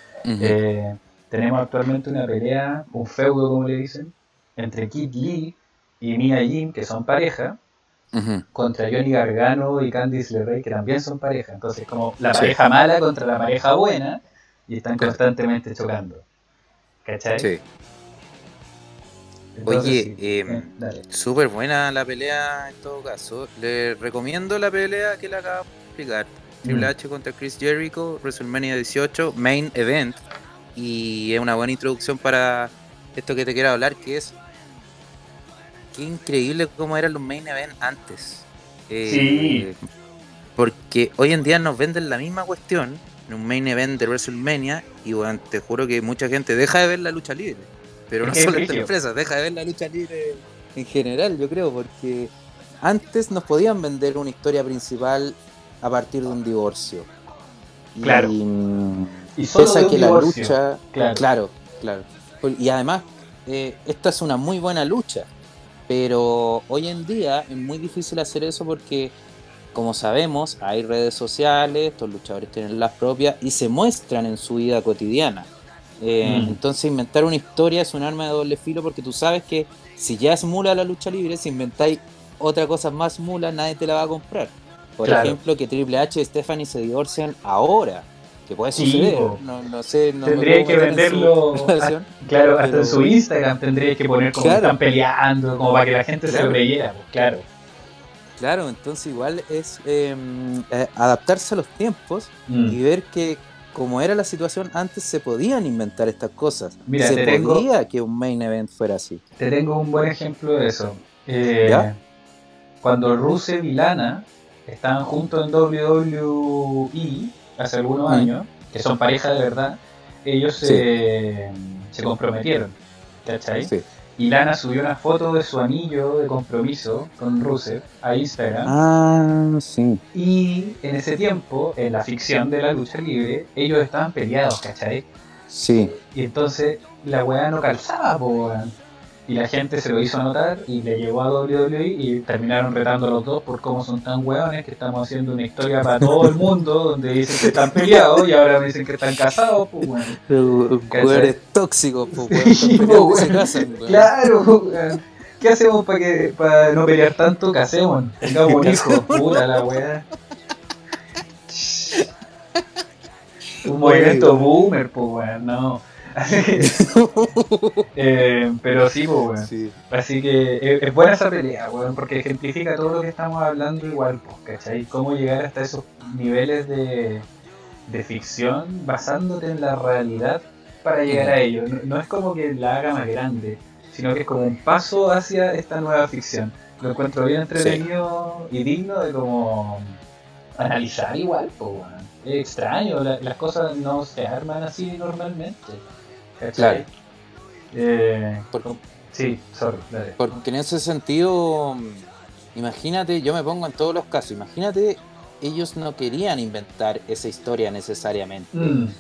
tenemos actualmente una pelea, un feudo como le dicen, entre Kid Lee y Mia Yim, que son pareja, contra Johnny Gargano y Candice LeRae, que también son pareja. Entonces, como la pareja mala contra la pareja buena, y están constantemente chocando. ¿Cachai? Sí. Entonces, oye, súper buena la pelea en todo caso. Le recomiendo la pelea que le acabo de explicar. Triple H contra Chris Jericho, WrestleMania 18, Main Event. Y es una buena introducción para esto que te quiero hablar, que es qué increíble cómo eran los Main Event antes. Sí. Porque hoy en día nos venden la misma cuestión en un Main Event de WrestleMania y bueno, te juro que mucha gente deja de ver la lucha libre. Pero no solo esta empresa, deja de ver la lucha libre en general, yo creo, porque antes nos podían vender una historia principal a partir de un divorcio. Claro. Y pese a que la lucha... Claro. Y además, esta es una muy buena lucha. Pero hoy en día es muy difícil hacer eso porque, como sabemos, hay redes sociales, estos luchadores tienen las propias y se muestran en su vida cotidiana. Entonces inventar una historia es un arma de doble filo porque tú sabes que si ya es mula la lucha libre, si inventáis otra cosa más mula, nadie te la va a comprar. Por ejemplo, que Triple H y Stephanie se divorcian ahora, que puede suceder, no sé. Tendría que venderlo, hasta en su Instagram tendría que poner como que están peleando, como para que la gente se lo creyera, pues, Claro, entonces igual es adaptarse a los tiempos y ver que como era la situación antes se podían inventar estas cosas. Mira, podía que un main event fuera así. Te tengo un buen ejemplo de eso. Cuando Rusev y Lana estaban juntos en WWE hace algunos años, que son pareja de verdad, ellos Sí. se comprometieron, ¿cachai? Sí. Y Lana subió una foto de su anillo de compromiso con Rusev a Instagram. Ah, sí. Y en ese tiempo, en la ficción de la lucha libre, ellos estaban peleados, ¿cachai? Sí. Y entonces la weá no calzaba, po, weón. Y la gente se lo hizo notar y le llegó a WWE y terminaron retando a los dos por cómo son tan weones que estamos haciendo una historia para todo el mundo donde dicen que están peleados y ahora me dicen que están casados, pues weón. Jugadores tóxicos, pues, weón. Están Sí, peleados po, y se weón. casan, weón. Claro, weón. ¿Qué hacemos para no pelear tanto? Casemos, tengamos un hijo. Puta la weá. Un movimiento boomer, pues weón, no. Pero sí, pues weón. Sí. Así que es buena esa pelea, weón, porque ejemplifica todo lo que estamos hablando igual, pues, ¿cachai? Cómo llegar hasta esos niveles de ficción basándote en la realidad para llegar a ello. No, no es como que la haga más grande, sino que es como un paso hacia esta nueva ficción. Lo encuentro bien entretenido y digno de como analizar igual, pues, weón. Es extraño, las cosas no se arman así normalmente, ¿cachai? Claro. Por- sí, sorry, dale. Porque en ese sentido, imagínate, yo me pongo en todos los casos, imagínate, ellos no querían inventar esa historia necesariamente,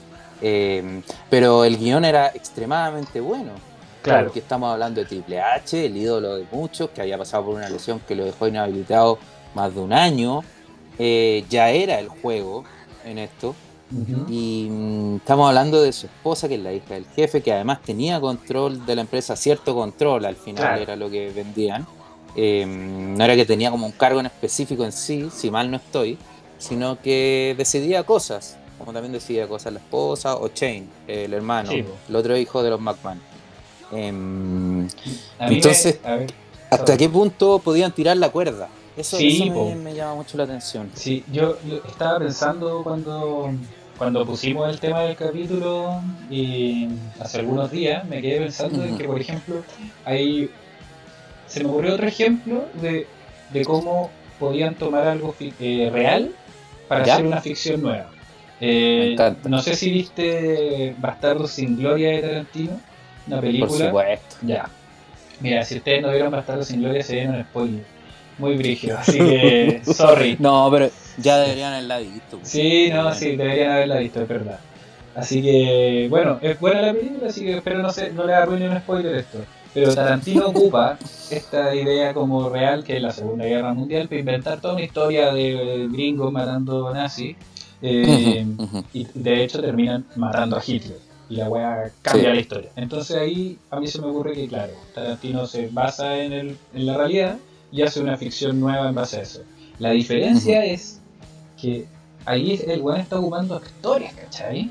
pero el guión era extremadamente bueno. Claro. Porque estamos hablando de Triple H, el ídolo de muchos, que había pasado por una lesión que lo dejó inhabilitado más de un año. Ya era el juego en esto. Y estamos hablando de su esposa, que es la hija del jefe, que además tenía control de la empresa, cierto control al final, Claro. era lo que vendían. No era que tenía como un cargo en específico en sí, si mal no estoy, sino que decidía cosas, como también decidía cosas la esposa o Shane, el hermano, Sí, el otro hijo de los McMahon. A mí Entonces, a ver, ¿hasta sorry. qué punto podían tirar la cuerda? Eso Sí, po. me llama mucho la atención. Sí, yo estaba pensando cuando pusimos el tema del capítulo y hace algunos días me quedé pensando en que, por ejemplo, se me ocurrió otro ejemplo de cómo podían tomar algo real para ¿Ya? hacer una ficción nueva. Me encanta. No sé si viste Bastardos sin Gloria de Tarantino, una película. Por supuesto. Ya. Mira, si ustedes no vieron Bastardos sin Gloria se viene un spoiler. Muy brígido, así que sorry. No, pero ya deberían haberla visto. Sí, no, Bueno. sí, deberían haberla visto, es verdad. Así que, bueno, es buena la película, así que espero no le arruine un spoiler esto. Pero Tarantino ocupa esta idea como real, que es la Segunda Guerra Mundial, para inventar toda una historia de gringos matando nazis. Y de hecho terminan matando a Hitler. Y la weá cambia Sí. la historia. Entonces ahí a mí se me ocurre que, claro, Tarantino se basa en la realidad y hace una ficción nueva en base a eso. La diferencia es que ahí el weón está ocupando actores, ¿cachai?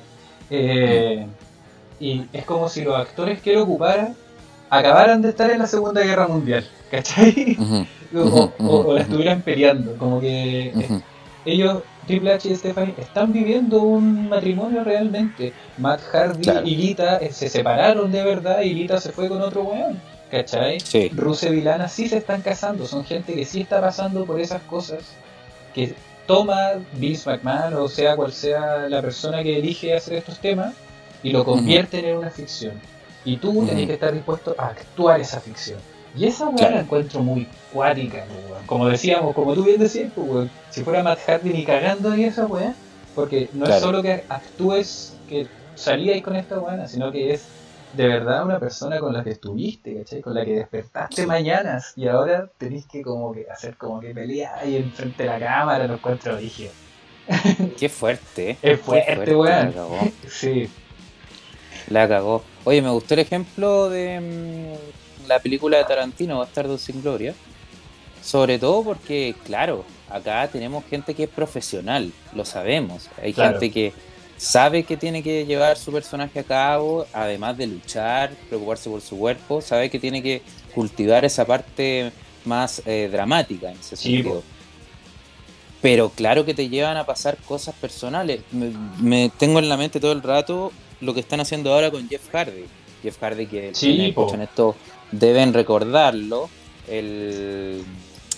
Y es como si los actores que él ocupara acabaran de estar en la Segunda Guerra Mundial, ¿cachai? O la estuvieran peleando, como que ellos, Triple H y Stephanie, están viviendo un matrimonio realmente. Matt Hardy Claro. y Lita se separaron de verdad y Lita se fue con otro weón, ¿cachai? Sí. Rusev y Lana sí se están casando, son gente que sí está pasando por esas cosas, que toma Vince McMahon o sea cual sea la persona que elige hacer estos temas y lo convierten en una ficción. Y tú tenés que estar dispuesto a actuar esa ficción. Y esa weá Claro. la encuentro muy cuática, weón. Como decíamos, como tú bien decías, pues, weón, si fuera Matt Hardy ni cagando ni esa weá, porque no Claro. es solo que actúes, que salíais con esta weá, sino que es de verdad una persona con la que estuviste, ¿cachai? Con la que despertaste mañanas y ahora tenés que como que hacer como que pelear y enfrente de la cámara, lo encuentro rígido. Qué fuerte, Es fuerte, la weón. cagó. Sí. La cagó. Oye, me gustó el ejemplo de la película de Tarantino, Bastardos sin Gloria. Sobre todo porque, claro, acá tenemos gente que es profesional, lo sabemos. Hay Claro. gente que sabe que tiene que llevar su personaje a cabo, además de luchar, preocuparse por su cuerpo, sabe que tiene que cultivar esa parte más dramática en ese Sí, sentido. po. Pero claro que te llevan a pasar cosas personales. Me tengo en la mente todo el rato lo que están haciendo ahora con Jeff Hardy. Jeff Hardy, que Sí, quienes po. escuchan esto deben recordarlo, el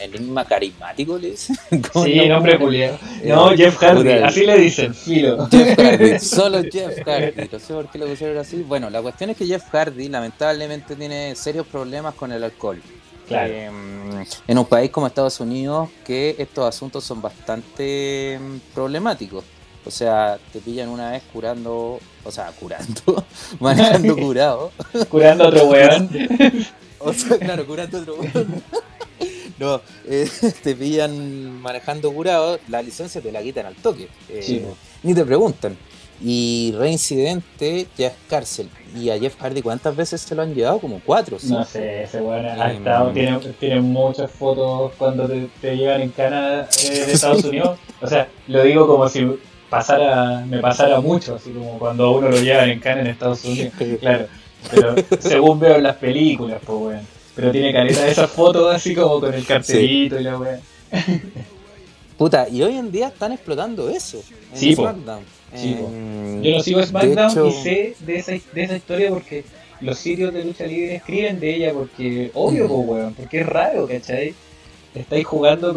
enigma carismático, le dicen. ¿Cómo Sí, se llama? nombre culiado. No, Jeff Hardy, puta, así le dicen, filo. Jeff Hardy, solo Jeff Hardy, no sé por qué lo pusieron así. Bueno, la cuestión es que Jeff Hardy lamentablemente tiene serios problemas con el alcohol. Claro. En un país como Estados Unidos, que estos asuntos son bastante problemáticos. O sea, te pillan una vez curando, manejando curado. Curando a otro weón. O sea, claro, curando otro weón. No, te pillan manejando curado, la licencia te la quitan al toque. Sí, po. Ni te preguntan. Y reincidente ya es cárcel. Y a Jeff Hardy, ¿cuántas veces se lo han llevado? Como 4, ¿sí? No sé, ese weón ha estado, tiene muchas fotos cuando te llegan en Canadá de Estados Unidos. O sea, lo digo como si me pasara mucho, así como cuando a uno lo llevan en Canadá en Estados Unidos. Claro, pero según veo en las películas, pues weón. Pero tiene caleta de esas fotos así como con el cartelito y la weón. Puta, y hoy en día están explotando eso en Sí, po. SmackDown. Sí, po. Yo no sigo SmackDown hecho, y sé de esa historia porque los sitios de lucha libre escriben de ella porque, obvio, pues, weón, porque es raro, ¿cachai? Estáis jugando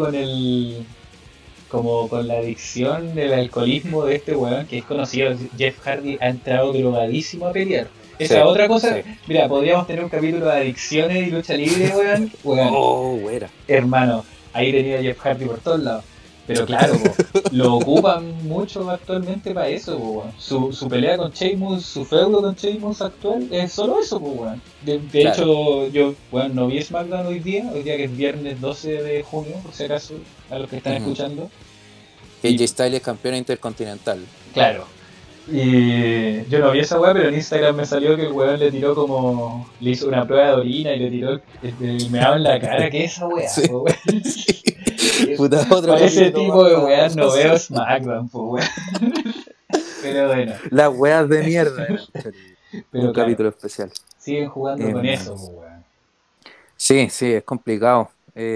como con la adicción del alcoholismo de este weón que es conocido. Jeff Hardy ha entrado drogadísimo a pelear. Esa sí, otra cosa, sí. mira, podríamos tener un capítulo de adicciones y lucha libre, weón. Oh, güera. Hermano, ahí tenía Jeff Hardy por todos lados. Pero claro, po, lo ocupan mucho actualmente para eso, po, weón. Su pelea con Sheamus, su feudo con Sheamus actual es solo eso, po, weón. De Claro. hecho, yo no vi SmackDown hoy día que es viernes 12 de junio, por si acaso, a los que están escuchando. AJ Styles es campeón intercontinental. Claro. Y yo no vi esa weá, pero en Instagram me salió que el weón le hizo una prueba de orina y le tiró el meado en la cara. ¿Qué es esa weá, Sí. po, weón? Puta, otro Por ese capítulo tipo más de pa- weas no veo SmackDown, po, weón. Pero bueno, Las weas de mierda eran. pero Un claro, capítulo especial. siguen jugando con Em, eso, po, weón. Sí, sí, es complicado.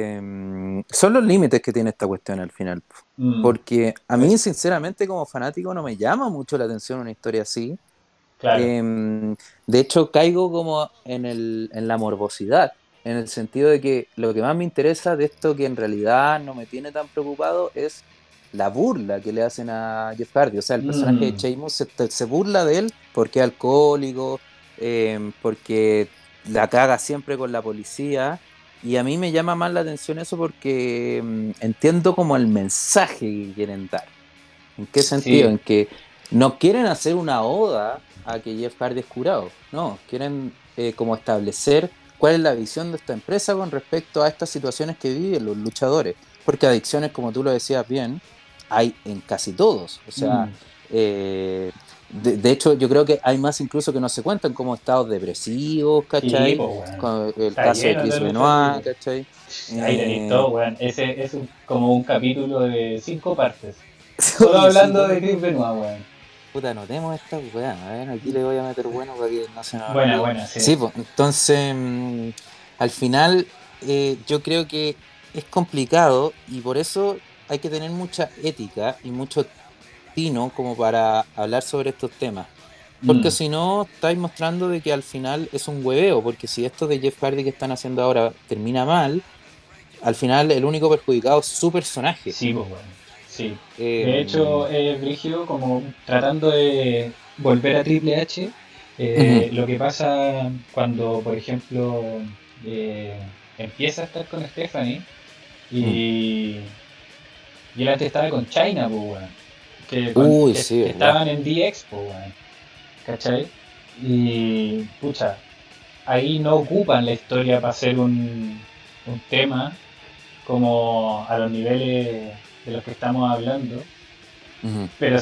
Son los límites que tiene esta cuestión al final. Mm, Porque a mí, sinceramente, como fanático, no me llama mucho la atención una historia así. claro. De hecho, caigo como en la morbosidad, en el sentido de que lo que más me interesa de esto que en realidad no me tiene tan preocupado es la burla que le hacen a Jeff Hardy. O sea, el personaje de Mm, Sheamus se burla de él porque es alcohólico, porque la caga siempre con la policía. Y a mí me llama más la atención eso porque entiendo como el mensaje que quieren dar. ¿En qué sentido? sí, En que no quieren hacer una oda a que Jeff Hardy es curado, no, quieren como establecer cuál es la visión de esta empresa con respecto a estas situaciones que viven los luchadores, porque adicciones, como tú lo decías bien, hay en casi todos, o sea, mm, de hecho yo creo que hay más incluso que no se cuentan como estados depresivos, sí, ¿cachai? po, weón. Con el Está caso de lleno de Chris lucha Benoit, libre. ¿cachai? Ahí tenéis todo, weón. Ese es como un capítulo de 5 partes. Solo Oye, sí, hablando de toma. Chris Benoit, weón. Puta, anotemos esta weá. A ver, aquí le voy a meter bueno para que no se nos Buena, olvide. buena, sí. Sí, pues, entonces, al final, yo creo que es complicado y por eso hay que tener mucha ética y mucho tino como para hablar sobre estos temas. Porque Mm, si no, estáis mostrando de que al final es un hueveo, porque si esto de Jeff Hardy que están haciendo ahora termina mal, al final el único perjudicado es su personaje. sí, pues, weón. Sí. De Eh, hecho, Brígido, como tratando de volver a Triple H, ujú, lo que pasa cuando, por ejemplo, eh, empieza a estar con Stephanie mm. y, y él antes estaba con China, pues, weón. Uy, sí, Que verdad. estaban en DX, pues, weón. ¿Cachai? Y, pucha, ahí no ocupan la historia para hacer un tema como a los niveles de los que estamos hablando, Ujú, pero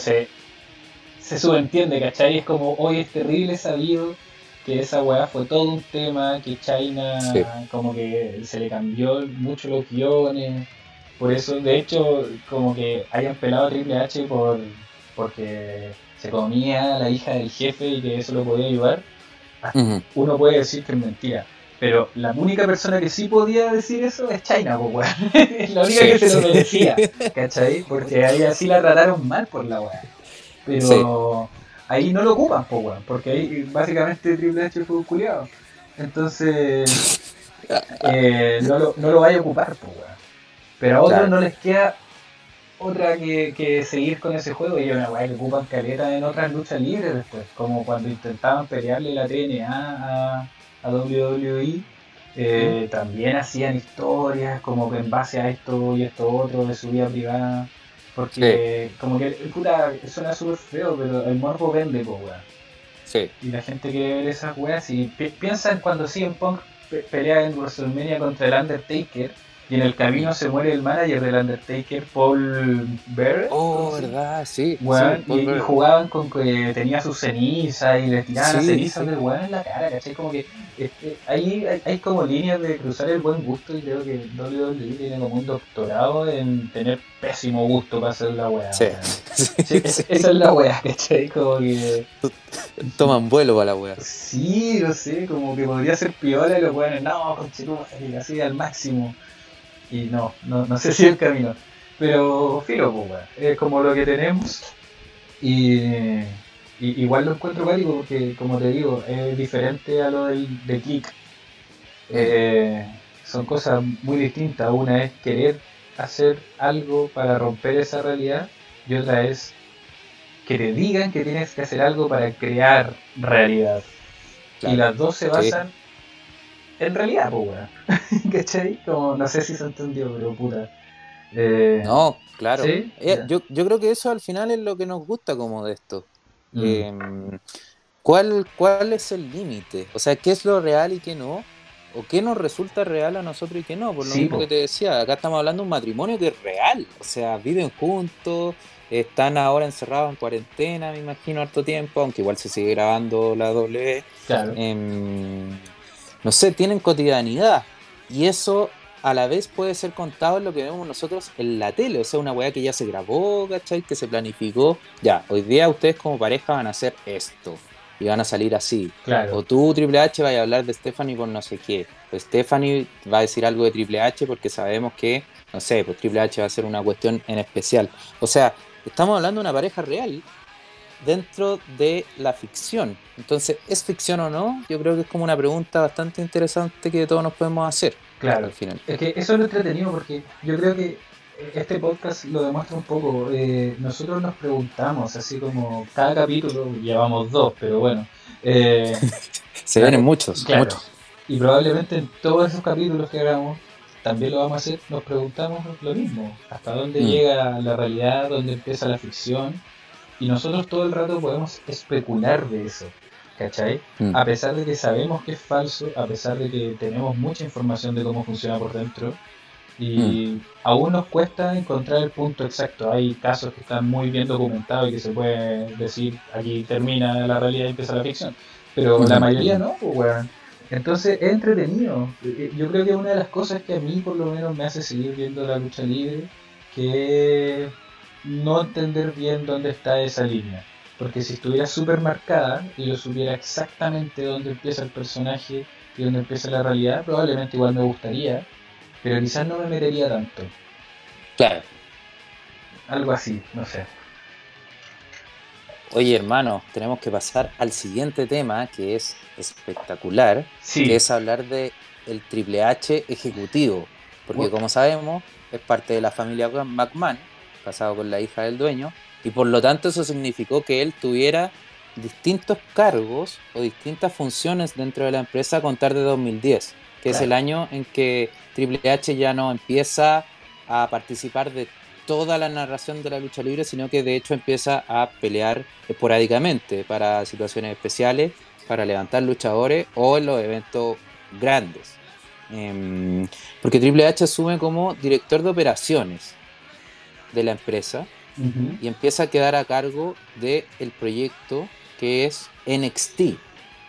se subentiende, ¿cachai? Es como hoy es terrible sabido que esa weá fue todo un tema, que sí. China como que se le cambió mucho los guiones, por eso, de hecho, como que hayan pelado a Triple H porque se comía a la hija del jefe y que eso lo podía ayudar, Ujú. uno puede decir que es mentira. Pero la única persona que sí podía decir eso es China, pues, weón. Es la única Sí, que se lo sí. merecía, ¿cachai? Porque a ella sí la trataron mal por la weá. Sí. Pero ahí no lo ocupan, pues, weón. Porque ahí básicamente Triple H fue un culiado. Entonces, no lo vaya a ocupar, pues, weón. Pero a otros Claro. no les queda otra que seguir con ese juego, y es una weá que ocupan caleta en otras luchas libres después, como cuando intentaban pelearle la TNA a WWE, ¿Mm? también hacían historias como que en base a esto y esto otro de su vida privada, Sí, porque como que, puta, suena súper feo, pero el morbo vende, po, weón. sí. Y la gente quiere ver esas weas y piensa en cuando CM Punk pelea en WrestleMania contra el Undertaker y en el Mm. camino se muere el manager del Undertaker, Paul Bearer, Oh, ¿conocí? ¿verdad? Sí, sí, Weón, Paul y Bearer. jugaban con que tenía sus cenizas y le tiraban las Sí, cenizas sí. del weón en la cara, ¿cachai? Como que ahí hay como líneas de cruzar el buen gusto, y creo que WWE tiene como un doctorado en tener pésimo gusto para hacer la weá, Sí, weón. Sí, sí, esa sí. es la weá, ¿cachai? Como que Toman vuelo para la wea. sí, no sé, como que podría ser piola y los weones, no, conchetumare, así al máximo. Y no sé si es el camino. Pero filo, pues, weón, es como lo que tenemos. Y, igual lo encuentro válido porque, como te digo, es diferente a lo de Kick. Mm. Eh, Son cosas muy distintas. Una es querer hacer algo para romper esa realidad y otra es que te digan que tienes que hacer algo para crear realidad. Y Claro. las dos se Sí. basan en realidad, pues, weón. ¿Cachai? Como, no sé si se entendió, pero puta. Eh, No, claro. ¿Sí? Ya. Yo creo que eso al final es lo que nos gusta como de esto. Mm, Em, ¿cuál es el límite? O sea, ¿qué es lo real y qué no? ¿O qué nos resulta real a nosotros y qué no? Por lo sí, mismo pues. que te decía, acá estamos hablando de un matrimonio que es real. O sea, viven juntos, están ahora encerrados en cuarentena, me imagino, harto tiempo, aunque igual se sigue grabando la W. Claro. Em, no sé, tienen cotidianidad. Y eso a la vez puede ser contado en lo que vemos nosotros en la tele. O sea, una weá que ya se grabó, ¿cachai? Que se planificó. Ya, hoy día ustedes como pareja van a hacer esto. Y van a salir así. Claro. O tú, Triple H, vas a hablar de Stephanie por no sé qué. O Stephanie va a decir algo de Triple H porque sabemos que, no sé, pues Triple H va a hacer una cuestión en especial. O sea, estamos hablando de una pareja real dentro de la ficción. Entonces, ¿es ficción o no? Yo creo que es como una pregunta bastante interesante que todos nos podemos hacer Claro. al final. Es que eso es lo entretenido porque yo creo que este podcast lo demuestra un poco. Nosotros nos preguntamos, así como cada capítulo, llevamos dos, pero bueno. eh, Se vienen muchos, claro. muchos. Y probablemente en todos esos capítulos que hagamos, también lo vamos a hacer, nos preguntamos lo mismo. ¿Hasta dónde Mm, llega la realidad? ¿Dónde empieza la ficción? Y nosotros todo el rato podemos especular de eso, ¿cachai? mm, A pesar de que sabemos que es falso, a pesar de que tenemos mucha información de cómo funciona por dentro, mm, y aún nos cuesta encontrar el punto exacto. Hay casos que están muy bien documentados y que se puede decir aquí termina la realidad y empieza la ficción, pero la ujú, mayoría ujú. no, pues weón. Entonces es entretenido. Yo creo que una de las cosas que a mí por lo menos me hace seguir viendo la lucha libre, que es no entender bien dónde está esa línea. Porque si estuviera súper marcada y yo supiera exactamente dónde empieza el personaje y dónde empieza la realidad, probablemente igual me gustaría, pero quizás no me metería tanto. Claro. Algo así, no sé. Oye, hermano, tenemos que pasar al siguiente tema que es espectacular, que Sí, es hablar de el Triple H ejecutivo, porque bu- como sabemos, es parte de la familia McMahon, casado con la hija del dueño, y por lo tanto eso significó que él tuviera distintos cargos o distintas funciones dentro de la empresa a contar de 2010, que es el claro. año en que Triple H ya no empieza a participar de toda la narración de la lucha libre, sino que de hecho empieza a pelear esporádicamente para situaciones especiales, para levantar luchadores o en los eventos grandes. Porque Triple H asume como director de operaciones de la empresa Ujú. y empieza a quedar a cargo del proyecto que es NXT,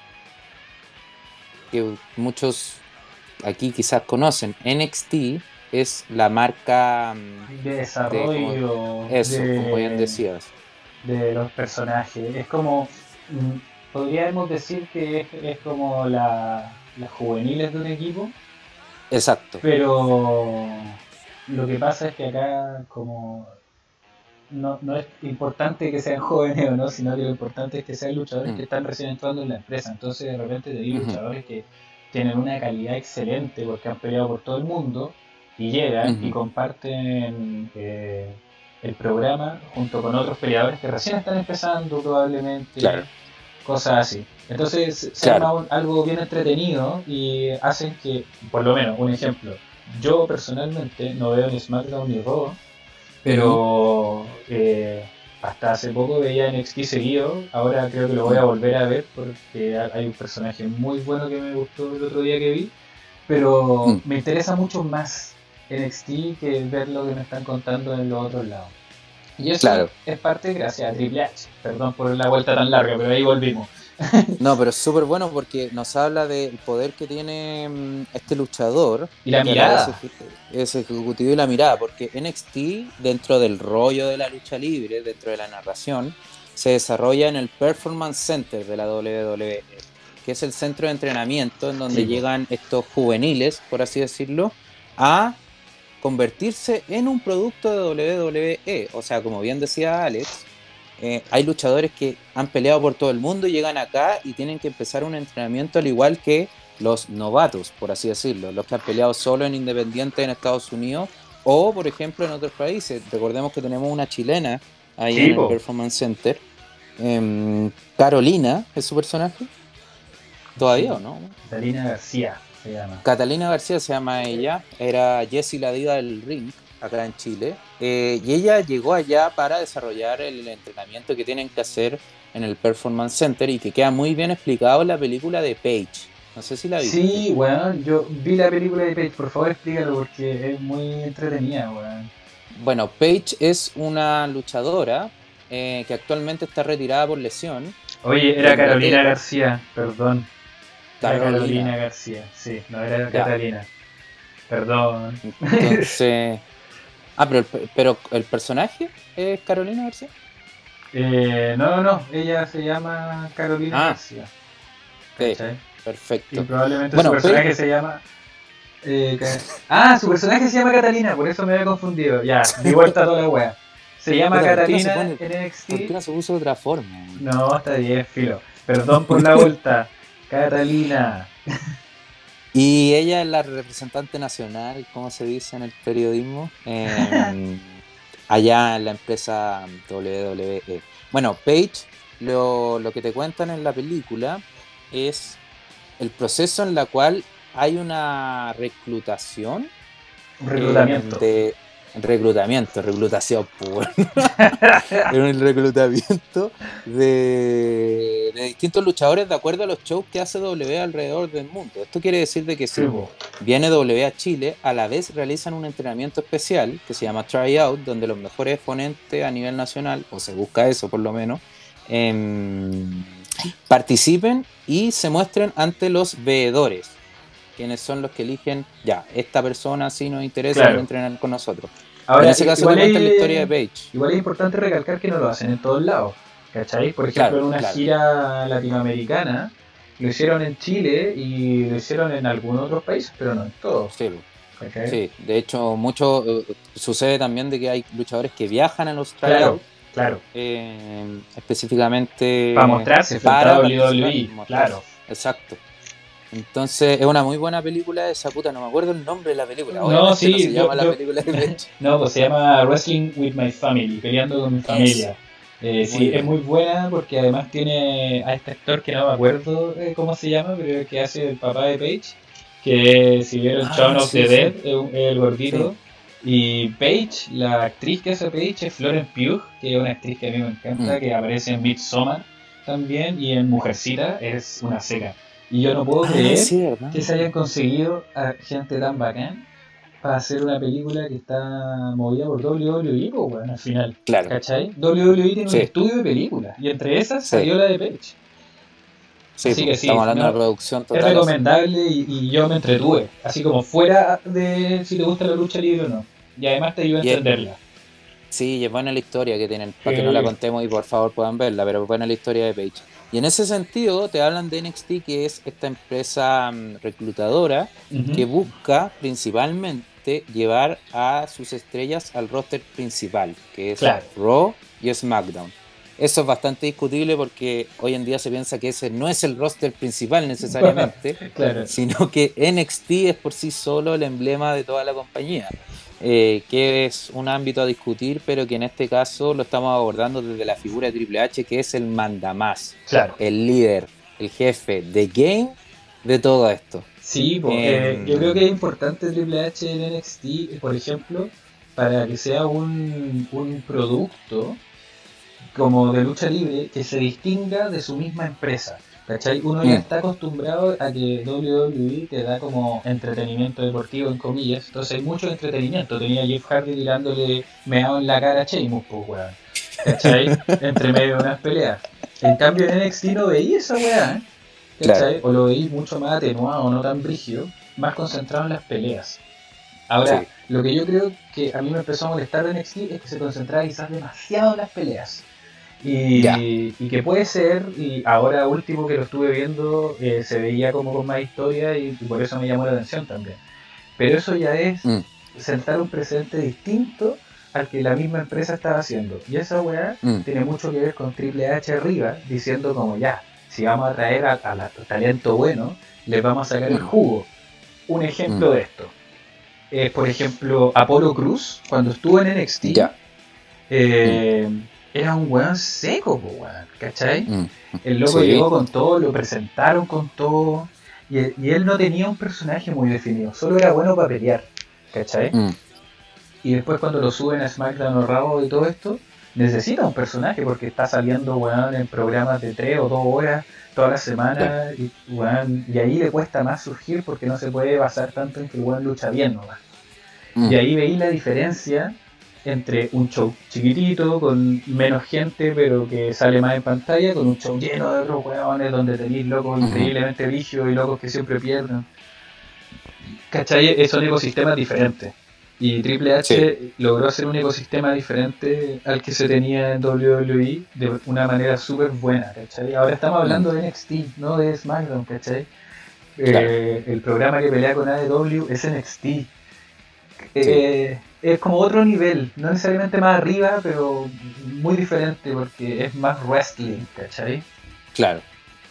que muchos aquí quizás conocen. NXT es la marca De de, como desarrollo eso, como bien decías. de los personajes. Es como, mm, podríamos decir que es como las juveniles de un equipo, Exacto. pero lo que pasa es que acá como no es importante que sean jóvenes o no, sino que lo importante es que sean luchadores que Mm, están recién entrando en la empresa. Entonces de repente te digo ujú, luchadores que tienen una calidad excelente porque han peleado por todo el mundo y llegan y Ujú. comparten el programa junto con otros peleadores que recién están empezando Claro, probablemente, cosas así. Entonces se claro. arma algo bien entretenido y hacen que, por lo menos, un ejemplo, yo personalmente no veo ni SmackDown ni Raw, Ujú, pero hasta hace poco veía NXT seguido, ahora creo que lo voy a ujú. volver a ver porque hay un personaje muy bueno que me gustó el otro día que vi, pero Mm, me interesa mucho más NXT que ver lo que me están contando en los otros lados. Y eso claro. es parte gracias a Triple H. Perdón por la vuelta tan larga, pero ahí volvimos. No, pero es súper bueno porque nos habla del poder que tiene este luchador, Y la que a la vez mirada. es ejecutivo y la mirada, porque NXT, dentro del rollo de la lucha libre, dentro de la narración, se desarrolla en el Performance Center de la WWE, que es el centro de entrenamiento en donde Sí, po. llegan estos juveniles, por así decirlo, a convertirse en un producto de WWE. O sea, como bien decía Alex, hay luchadores que han peleado por todo el mundo y llegan acá y tienen que empezar un entrenamiento al igual que los novatos, por así decirlo, los que han peleado solo en Independiente en Estados Unidos o, por ejemplo, en otros países. Recordemos que tenemos una chilena ahí en Sí, el po. Performance Center. Carolina es su personaje, todavía o no. Catalina García se llama. Catalina García se llama ella, era Jessie la Diva del Ring, acá en Chile, y ella llegó allá para desarrollar el entrenamiento que tienen que hacer en el Performance Center y que queda muy bien explicado en la película de Paige. No sé si la viste. Sí, weón, yo vi la película de Page, por favor explícalo porque es muy entretenida, weón. Bueno, Paige es una luchadora que actualmente está retirada por lesión Oye, de era Carolina Inglaterra. García, perdón. Era Carolina Carolina, García, sí, no era ya. Catalina. Perdón. Entonces... Ah, pero el personaje es Carolina García. No, ella se llama Carolina Ah, García, sí, ¿cachai? Y perfecto. probablemente su Bueno, personaje se llama... su personaje se llama Catalina, por eso me había confundido. Ya, di vuelta a toda la wea. Se llama puta, Catalina en ¿por qué NXT. no se puso de otra forma, weón? No, está bien, filo. Perdón por la vuelta. Catalina. Y ella es la representante nacional, como se dice en el periodismo, allá en la empresa WWE. Bueno, Paige, lo que te cuentan en la película es el proceso en la cual hay una reclutación Un reclutamiento. de reclutación, pues, en el reclutamiento de distintos luchadores de acuerdo a los shows que hace W alrededor del mundo. Esto quiere decir de que Sí, si po. viene W a Chile, a la vez realizan un entrenamiento especial que se llama Tryout, donde los mejores exponentes a nivel nacional, o se busca eso por lo menos, em, participen y se muestren ante los veedores, quienes son los que eligen, ya, esta persona sí nos interesa, viene a Claro. entrenar con nosotros. Y en Ahora, ese caso te cuentan la historia de Paige. igual es importante recalcar que no lo hacen en todos lados. ¿Cachai? Por ejemplo, Claro, en una claro. gira latinoamericana, lo hicieron en Chile y lo hicieron en algunos otros países, pero no en todos. Sí, ¿Cachai? sí. De hecho, mucho sucede también de que hay luchadores que viajan a los Claro, tryouts claro. Para específicamente mostrarse frente a para participar, WWE, mostrarse. claro. Exacto. Entonces, es una muy buena película esa puta, no me acuerdo el nombre de la película. No, Obviamente no sí, se llama la película de Paige. no, pues se llama Wrestling with My Family, peleando con mi Eso, familia. muy Sí, es buena. muy buena porque además tiene a este actor que no me acuerdo cómo se llama, pero que hace el papá de Paige, que si vieron Shaun Ah, of the sí, Dead, sí, el sí. gordito. Y Paige, la actriz que hace Paige es Florence Pugh, que es una actriz que a mí me Mm. encanta, que aparece en Midsommar también y en Mujercita, es una seca. Y yo no puedo Ah, creer sí, ¿verdad? que se hayan conseguido a gente tan bacán para hacer una película que está movida por WWE, pues, bueno, al final. Claro, ¿Cachai? WWE tiene un sí, estudio de películas y entre esas sí. salió la de Page. Sí, Así pues, que estamos sí, hablando de no, una producción es total así. recomendable y yo me entretuve. Así como fuera de si te gusta la lucha libre o no. Y además te ayuda a Y es, entenderla. sí, es buena la historia que tienen, para que no la Sí. contemos y por favor puedan verla, pero es buena la historia de Paige. Y en ese sentido te hablan de NXT, que es esta empresa reclutadora Ujú. que busca principalmente llevar a sus estrellas al roster principal, que es Claro. Raw y SmackDown. eso es bastante discutible porque hoy en día se piensa que ese no es el roster principal necesariamente, Claro. sino que NXT es por sí solo el emblema de toda la compañía, que es un ámbito a discutir, pero que en este caso lo estamos abordando desde la figura de Triple H, que es el mandamás, Claro. el líder, el jefe de game de todo esto. Sí, yo creo que es importante Triple H en NXT, por ejemplo, para que sea un producto como de lucha libre que se distinga de su misma empresa. ¿Cachai? Uno ya está acostumbrado a que WWE te da como entretenimiento deportivo, en comillas. Entonces hay mucho entretenimiento. Tenía a Jeff Hardy tirándole meado en la cara a Sheamus, pues, weón. ¿Cachai? Entre medio de unas peleas. En cambio en NXT no veía esa weá, ¿cachai? Claro. O lo veí mucho más atenuado, no tan brígido, más concentrado en las peleas. Ahora, Sí. lo que yo creo que a mí me empezó a molestar de NXT es que se concentraba quizás demasiado en las peleas. Ya. Y que puede ser, y ahora último que lo estuve viendo, se veía como con más historia y por eso me llamó la atención también. Pero eso ya es Mm, sentar un precedente distinto al que la misma empresa estaba haciendo. Y esa weá mm, tiene mucho que ver con Triple H arriba, diciendo como ya, si vamos a traer a talento bueno, les vamos a sacar el mm, jugo. Un mm. ejemplo de esto es, por ejemplo, Apollo Cruz, cuando estuvo en NXT, Ya. Mm, eh, era un weón seco, po, weón, ¿cachai? mm. El loco Sí. llegó con todo, lo presentaron con todo, y él no tenía un personaje muy definido, solo era bueno para pelear, ¿cachai? Mm, Y después cuando lo suben a SmackDown o Raw y todo esto, necesita un personaje porque está saliendo, weón, en programas de 3 o 2 horas todas las claro. semanas, y, weón, y ahí le cuesta más surgir porque no se puede basar tanto en que el weón lucha bien nomás. Y Mm, ahí veí la diferencia entre un show chiquitito, con menos gente, pero que sale más en pantalla, con un show lleno de otros hueones, donde tenéis locos ujú, increíblemente rígidos y locos que siempre pierden. ¿Cachai? Son ecosistemas diferentes. Y Triple sí. H logró hacer un ecosistema diferente al que se tenía en WWE de una manera súper buena, ¿cachai? Ahora estamos Mm, hablando de NXT, no de SmackDown, ¿cachai? claro. El programa que pelea con AEW es NXT. Sí. Es como otro nivel, no necesariamente más arriba, pero muy diferente porque es más wrestling, ¿cachai? Claro.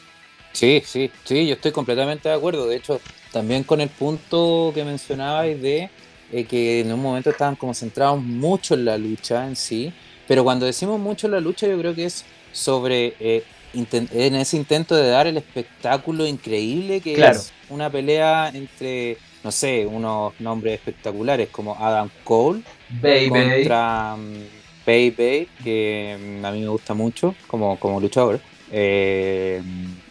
Sí, sí, sí, yo estoy completamente de acuerdo. De hecho, también con el punto que mencionabais de que en un momento estaban como centrados mucho en la lucha en sí, pero cuando decimos mucho en la lucha, yo creo que es sobre en ese intento de dar el espectáculo increíble que Claro, es una pelea entre, no sé, unos nombres espectaculares como Adam Cole Baby. contra Baby, que a mí me gusta mucho como luchador. Eh,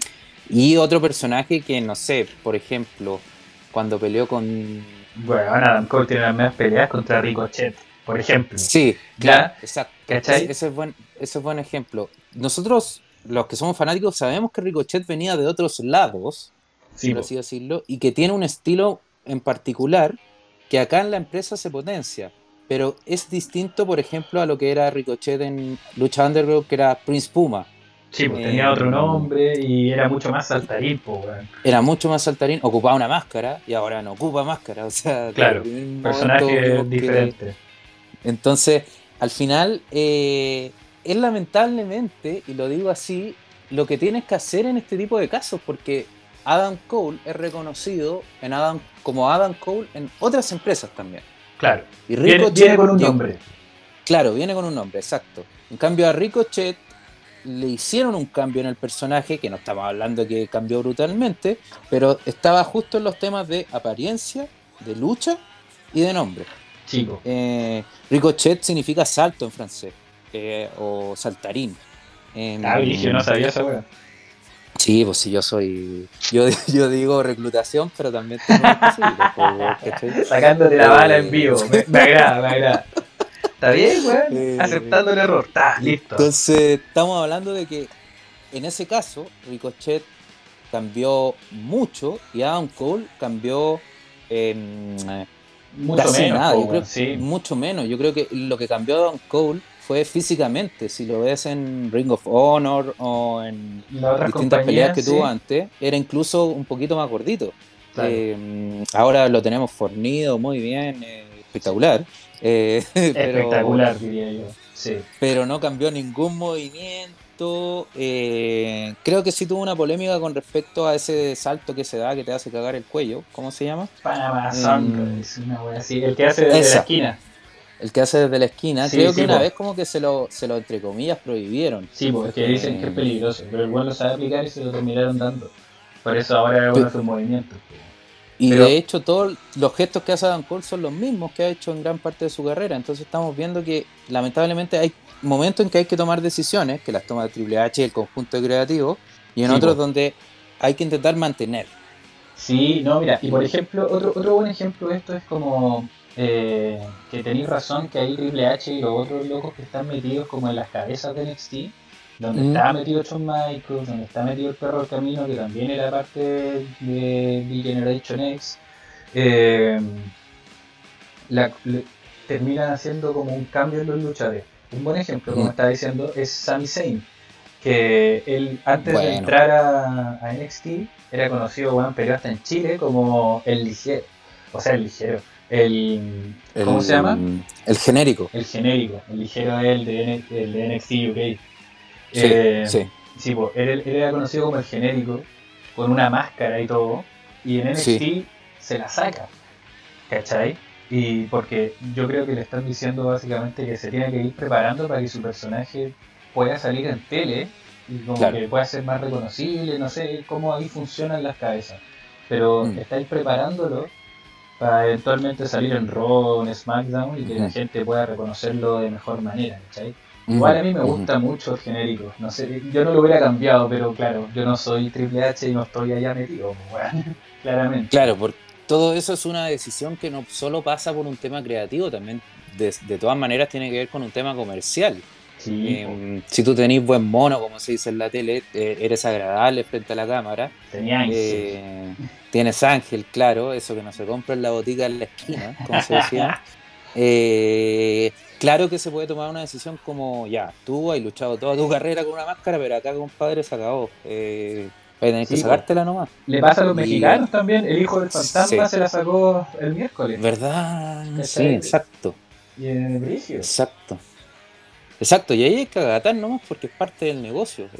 y otro personaje que, no sé, por ejemplo, cuando peleó con... Bueno, Adam Cole tiene las mismas peleas contra Ricochet, por ejemplo. Sí, claro, ¿Ya? exacto. ¿Cachai? Ese es buen ejemplo. Nosotros, los que somos fanáticos, sabemos que Ricochet venía de otros lados, Sí, por po. así decirlo, y que tiene un estilo en particular que acá en la empresa se potencia. Pero es distinto, por ejemplo, a lo que era Ricochet en Lucha Underground, que era Prince Puma. Sí, pues tenía otro Em, nombre y era mucho más saltarín, po, weón. Era mucho más saltarín, ocupaba una máscara y ahora no ocupa máscara. O sea, desde el Claro, primer momento personaje vimos que... diferente. Entonces, al final, es lamentablemente, y lo digo así, lo que tienes que hacer en este tipo de casos, porque Adam Cole es reconocido como Adam Cole en otras empresas también. Claro, Y viene Ricochet, con un nombre. claro, viene con un nombre, exacto. En cambio, a Ricochet le hicieron un cambio en el personaje, que no estamos hablando que cambió brutalmente, pero estaba justo en los temas de apariencia, de lucha y de nombre. Chico. Ricochet significa salto en francés, o saltarín. Ah, Virgil, no sabía esa weón. Sí, pues si yo soy, yo digo reclutación, pero también tengo mis cositas, pues, ¿cachai? Sacándote la bala en vivo. Eh, Me agrada, me agrada. ¿Está bien, weón? eh, Aceptando el error. Está, listo. entonces, estamos hablando de que en ese caso, Ricochet cambió mucho y Adam Cole cambió eh, Mucho casi menos, nada. po, Yo weón. creo Sí. mucho menos. Yo creo que lo que cambió Adam Cole fue físicamente. Si lo ves en Ring of Honor o en Las otras distintas peleas compañías, que tuvo sí. antes, era incluso un poquito más gordito. Claro. Ahora lo tenemos fornido muy bien, espectacular. Pero Espectacular, diría yo. Sí. pero no cambió ningún movimiento. Creo que sí tuvo una polémica con respecto a ese salto que se da que te hace cagar el cuello. ¿Cómo se llama? Panamá Em, Sunrise, una wea así. El que hace desde la esa, esquina. el que hace desde la esquina. Sí, Creo que sí, una po. vez como que se lo entre comillas prohibieron. Sí, pues que dicen que es Eh, peligroso, pero el weón lo sabe aplicar y se lo terminaron dando. Por eso ahora es uno de pe- sus movimientos. Po. y Pero, de hecho todos los gestos que hace Adam Cole son los mismos que ha hecho en gran parte de su carrera. Entonces estamos viendo que lamentablemente hay momentos en que hay que tomar decisiones, que las toma Triple H y el conjunto creativo, y en sí, otros pues. donde hay que intentar mantener. Sí, no, mira, y por ejemplo, otro buen ejemplo de esto es como que tenéis razón que hay Triple H y los otros locos que están metidos como en las cabezas de NXT, donde Mm, estaba metido Shawn Michaels, donde está metido el perro del camino, que también era parte de D-Generation X, eh, terminan haciendo como un cambio en los luchadores. Un buen ejemplo, como mm. estaba diciendo, es Sami Zayn, que él antes de Bueno, entrar a NXT era conocido, bueno, pero hasta en Chile como el ligero, o sea, el ligero, ¿cómo se llama? el genérico. El genérico, el ligero es el de NXT UK. Sí, Eh, sí, sí, pues, él era conocido como el genérico, con una máscara y todo, y en sí. NXT se la saca, ¿cachai? Y porque yo creo que le están diciendo básicamente que se tiene que ir preparando para que su personaje pueda salir en tele y como Claro. que pueda ser más reconocible, no sé cómo ahí funcionan las cabezas. Pero Mm, estáis preparándolo para eventualmente salir en Raw, en SmackDown y que la ujú, gente pueda reconocerlo de mejor manera, ¿cachai? Igual ujú, a mí me ujú. gusta mucho el genérico, no sé, yo no lo hubiera cambiado, pero claro, yo no soy Triple H y no estoy allá metido, pues, bueno, claramente. Claro, porque todo eso es una decisión que no solo pasa por un tema creativo, también de todas maneras tiene que ver con un tema comercial. Sí, pues, Si tú tenés buen mono, como se dice en la tele, eres agradable frente a la cámara, tenía Ángel. tienes ángel, claro, eso que no se compra en la botica en la esquina, como se decía. Claro que se puede tomar una decisión como, ya, tú has luchado toda tu carrera con una máscara, pero acá, compadre, se acabó. Vas a tener que Sí, pues. sacártela nomás. Le pasa a los Y mexicanos también. El hijo del fantasma sí, se la sacó el miércoles. ¿verdad? Sí, ¿Cachai? exacto, Y en Brigio. exacto. Exacto, y ahí hay que agatar nomás porque es parte del negocio.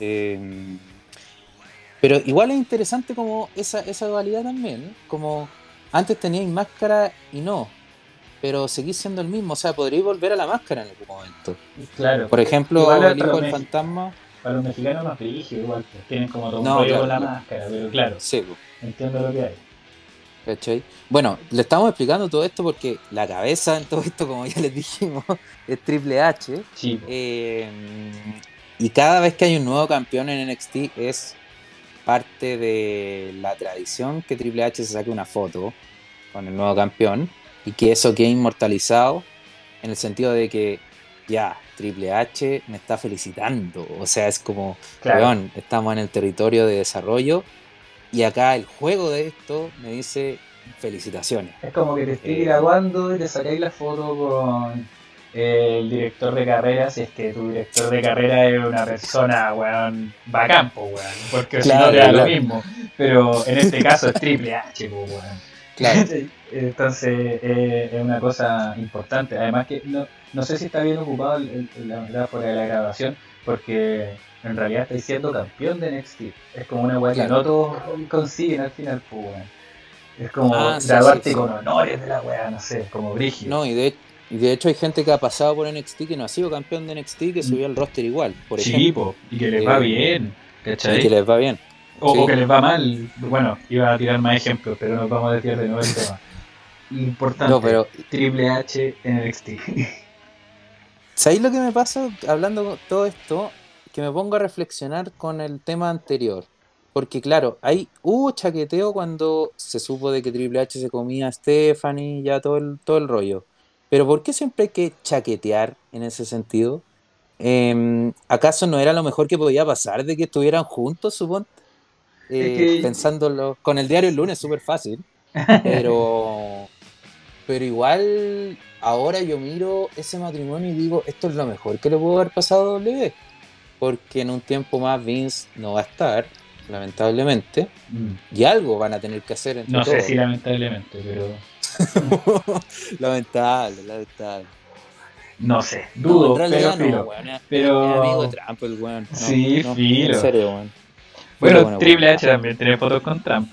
Pero igual es interesante como esa dualidad también, como antes teníais máscara y no, pero seguís siendo el mismo, o sea, podríais volver a la máscara en algún momento. Claro. Por Igual ejemplo, el hijo del fantasma, para los mexicanos más brigio, igual. Pues, tienen como todo un no, rollo con claro, la máscara. Pero claro, sí, po, entiendo lo que hay. ¿cachai? Bueno, le estamos explicando todo esto porque la cabeza en todo esto, como ya les dijimos, es Triple H. Sí, pues. eh, y cada vez que hay un nuevo campeón en NXT es parte de la tradición que Triple H se saque una foto con el nuevo campeón y que eso quede inmortalizado en el sentido de que ya, Triple H me está felicitando. O sea, es como, Claro. weón, estamos en el territorio de desarrollo y acá el juego de esto me dice felicitaciones. Es como que te estoy Eh, grabando y te sacáis la foto con el director de carrera, si es que tu director de carrera es una persona, weón, bacán, po, weón, porque si no te claro, da lo claro, mismo. Pero en este caso es Triple H, po, weón. claro. Entonces es una cosa importante. Además que no sé si está bien ocupado la metáfora de la grabación, porque en realidad estáis siendo campeón de NXT. Es como una weá que Claro. no todos consiguen al final, pues weón. Es como Ah, sí, sí, graduarte sí. con honores de la weá, no sé, como brígido. No, y de hecho hay gente que ha pasado por NXT que no ha sido campeón de NXT que subió al roster igual, por Sí, ejemplo. po, y que les va Eh, bien, y que ¿cachai? les va bien. O que Sí. les va mal. Bueno, iba a tirar más ejemplos, pero nos vamos a desviar de nuevo el tema. No, Importante, pero Triple H en NXT. ¿sabéis lo que me pasa hablando con todo esto? Que me pongo a reflexionar con el tema anterior. Porque claro, hubo chaqueteo cuando se supo de que Triple H se comía a Stephanie, ya todo el rollo. Pero ¿por qué siempre hay que chaquetear en ese sentido? ¿Acaso no era lo mejor que podía pasar de que estuvieran juntos, suponte? Es que Pensándolo, con el diario El Lunes súper fácil, pero, pero igual ahora yo miro ese matrimonio y digo, esto es lo mejor que le pudo haber pasado a W, porque en un tiempo más Vince no va a estar, lamentablemente, y algo van a tener que hacer entre no sé todos. si lamentablemente, pero Lamentable, lamentable. No sé, No, en dudo, pero realidad no, filo. weón. Es amigo de Pero Trump el weón. No, sí, no, en filo. serio, weón. Filo Bueno, con el weón. Triple H también tiene fotos con Trump.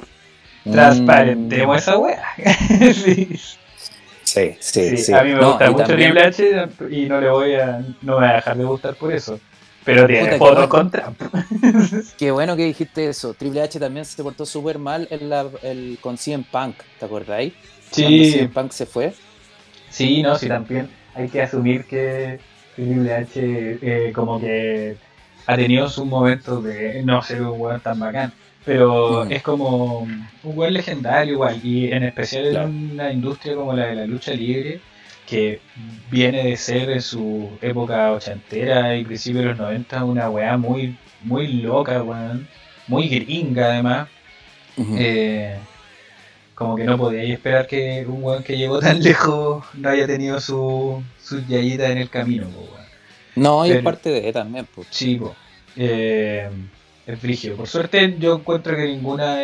Mm, Transparentemos esa wea. Sí. sí, sí, Sí, a sí. mí me No, gusta y mucho también, Triple H y no me voy a dejar de gustar por eso. Pero tiene puta, qué fotos bueno. con Trump. Qué bueno que dijiste eso. Triple H también se portó súper mal con CM Punk, ¿te acordáis? Cuando Sí, CM Punk se fue. sí, no, sí, también hay que asumir que Triple H como que ha tenido sus momentos de no ser un weón tan bacán, pero Mm, es como un weón legendario igual, y en especial en claro. una industria como la de la lucha libre, que viene de ser en su época ochentera y principios de los 90 una weá muy, muy loca, weón, muy gringa además. Ujú. eh, Como que no podíais esperar que un weón que llegó tan lejos no haya tenido sus yayitas en el camino, po, weón. No, y es Pero parte de también, pues. sí, po, eh, es brígido. Por suerte yo encuentro que ninguna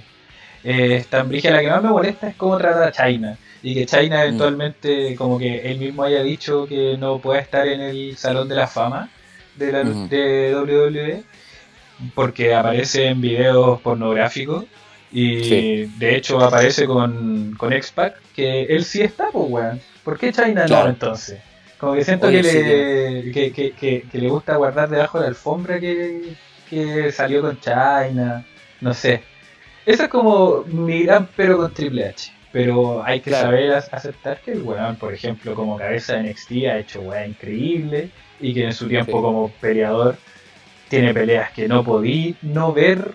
es tan brígida. La que más me molesta es cómo trata a China. Y que China Mm, eventualmente, como que él mismo haya dicho que no puede estar en el Salón de la Fama ujú. de WWE porque aparece en videos pornográficos Sí, y de hecho aparece con X-Pac, que él sí está, pues weón. ¿Por qué China no claro. entonces? Como que siento que Oye, sí que. que le gusta guardar debajo de la alfombra que salió con China, no sé. Eso es como mi gran pero con Triple H. Pero hay que Claro, saber aceptar que el weón, por ejemplo, como cabeza de NXT ha hecho weón increíble y que en su tiempo sí. como peleador tiene peleas que no podí no ver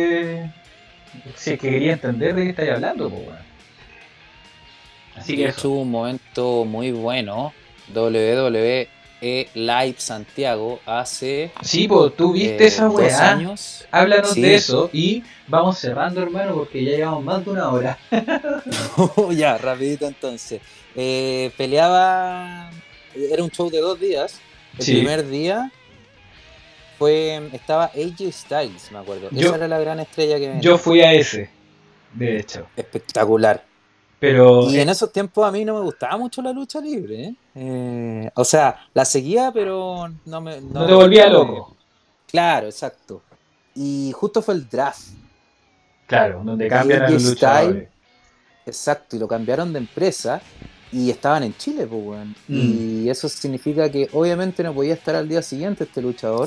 si es que quería entender de qué estáis hablando, pues, weón. Así que De eso. hecho, hubo un momento muy bueno. WWE Live Santiago hace Sí, pues tú viste esa 2 años. weá. Háblanos de Sí, eso y vamos cerrando, hermano, porque ya llevamos más de una hora. ya, rapidito entonces. Peleaba, era un show de 2 días. El Sí, primer día estaba AJ Styles, me acuerdo. Esa yo, era la gran estrella que yo venía. fui a ese, de hecho. Espectacular. Pero Y en esos tiempos a mí no me gustaba mucho la lucha libre, ¿eh? O sea, la seguía, pero no te volvía loco. Claro, exacto. Y justo fue el draft. Claro, donde Y cambian a AJ los Styles, luchadores. exacto, y lo cambiaron de empresa y estaban en Chile, pues, weón. Mm. Y eso significa que obviamente no podía estar al día siguiente este luchador.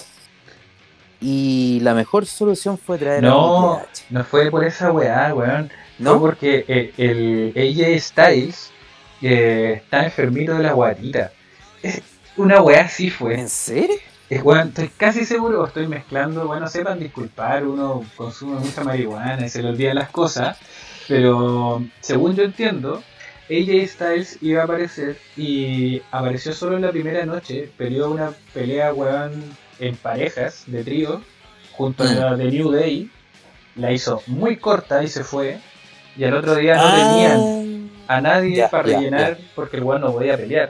Y la mejor solución fue traer a Triple No, H. no fue por esa weá, weón. Fue ¿No? porque el AJ Styles está enfermito de la guatita. Es una weá así fue. ¿En serio? Weón, estoy casi seguro, o estoy mezclando, bueno, sepan disculpar, uno consume mucha marihuana y se le olvidan las cosas, pero según yo entiendo, AJ Styles iba a aparecer y apareció solo en la primera noche, peleó una pelea, weón, en parejas de trío, junto a Mm. la de New Day, la hizo muy corta y se fue, y al otro día no tenían Ah, a nadie ya, para ya, ya. rellenar porque el weón no podía pelear.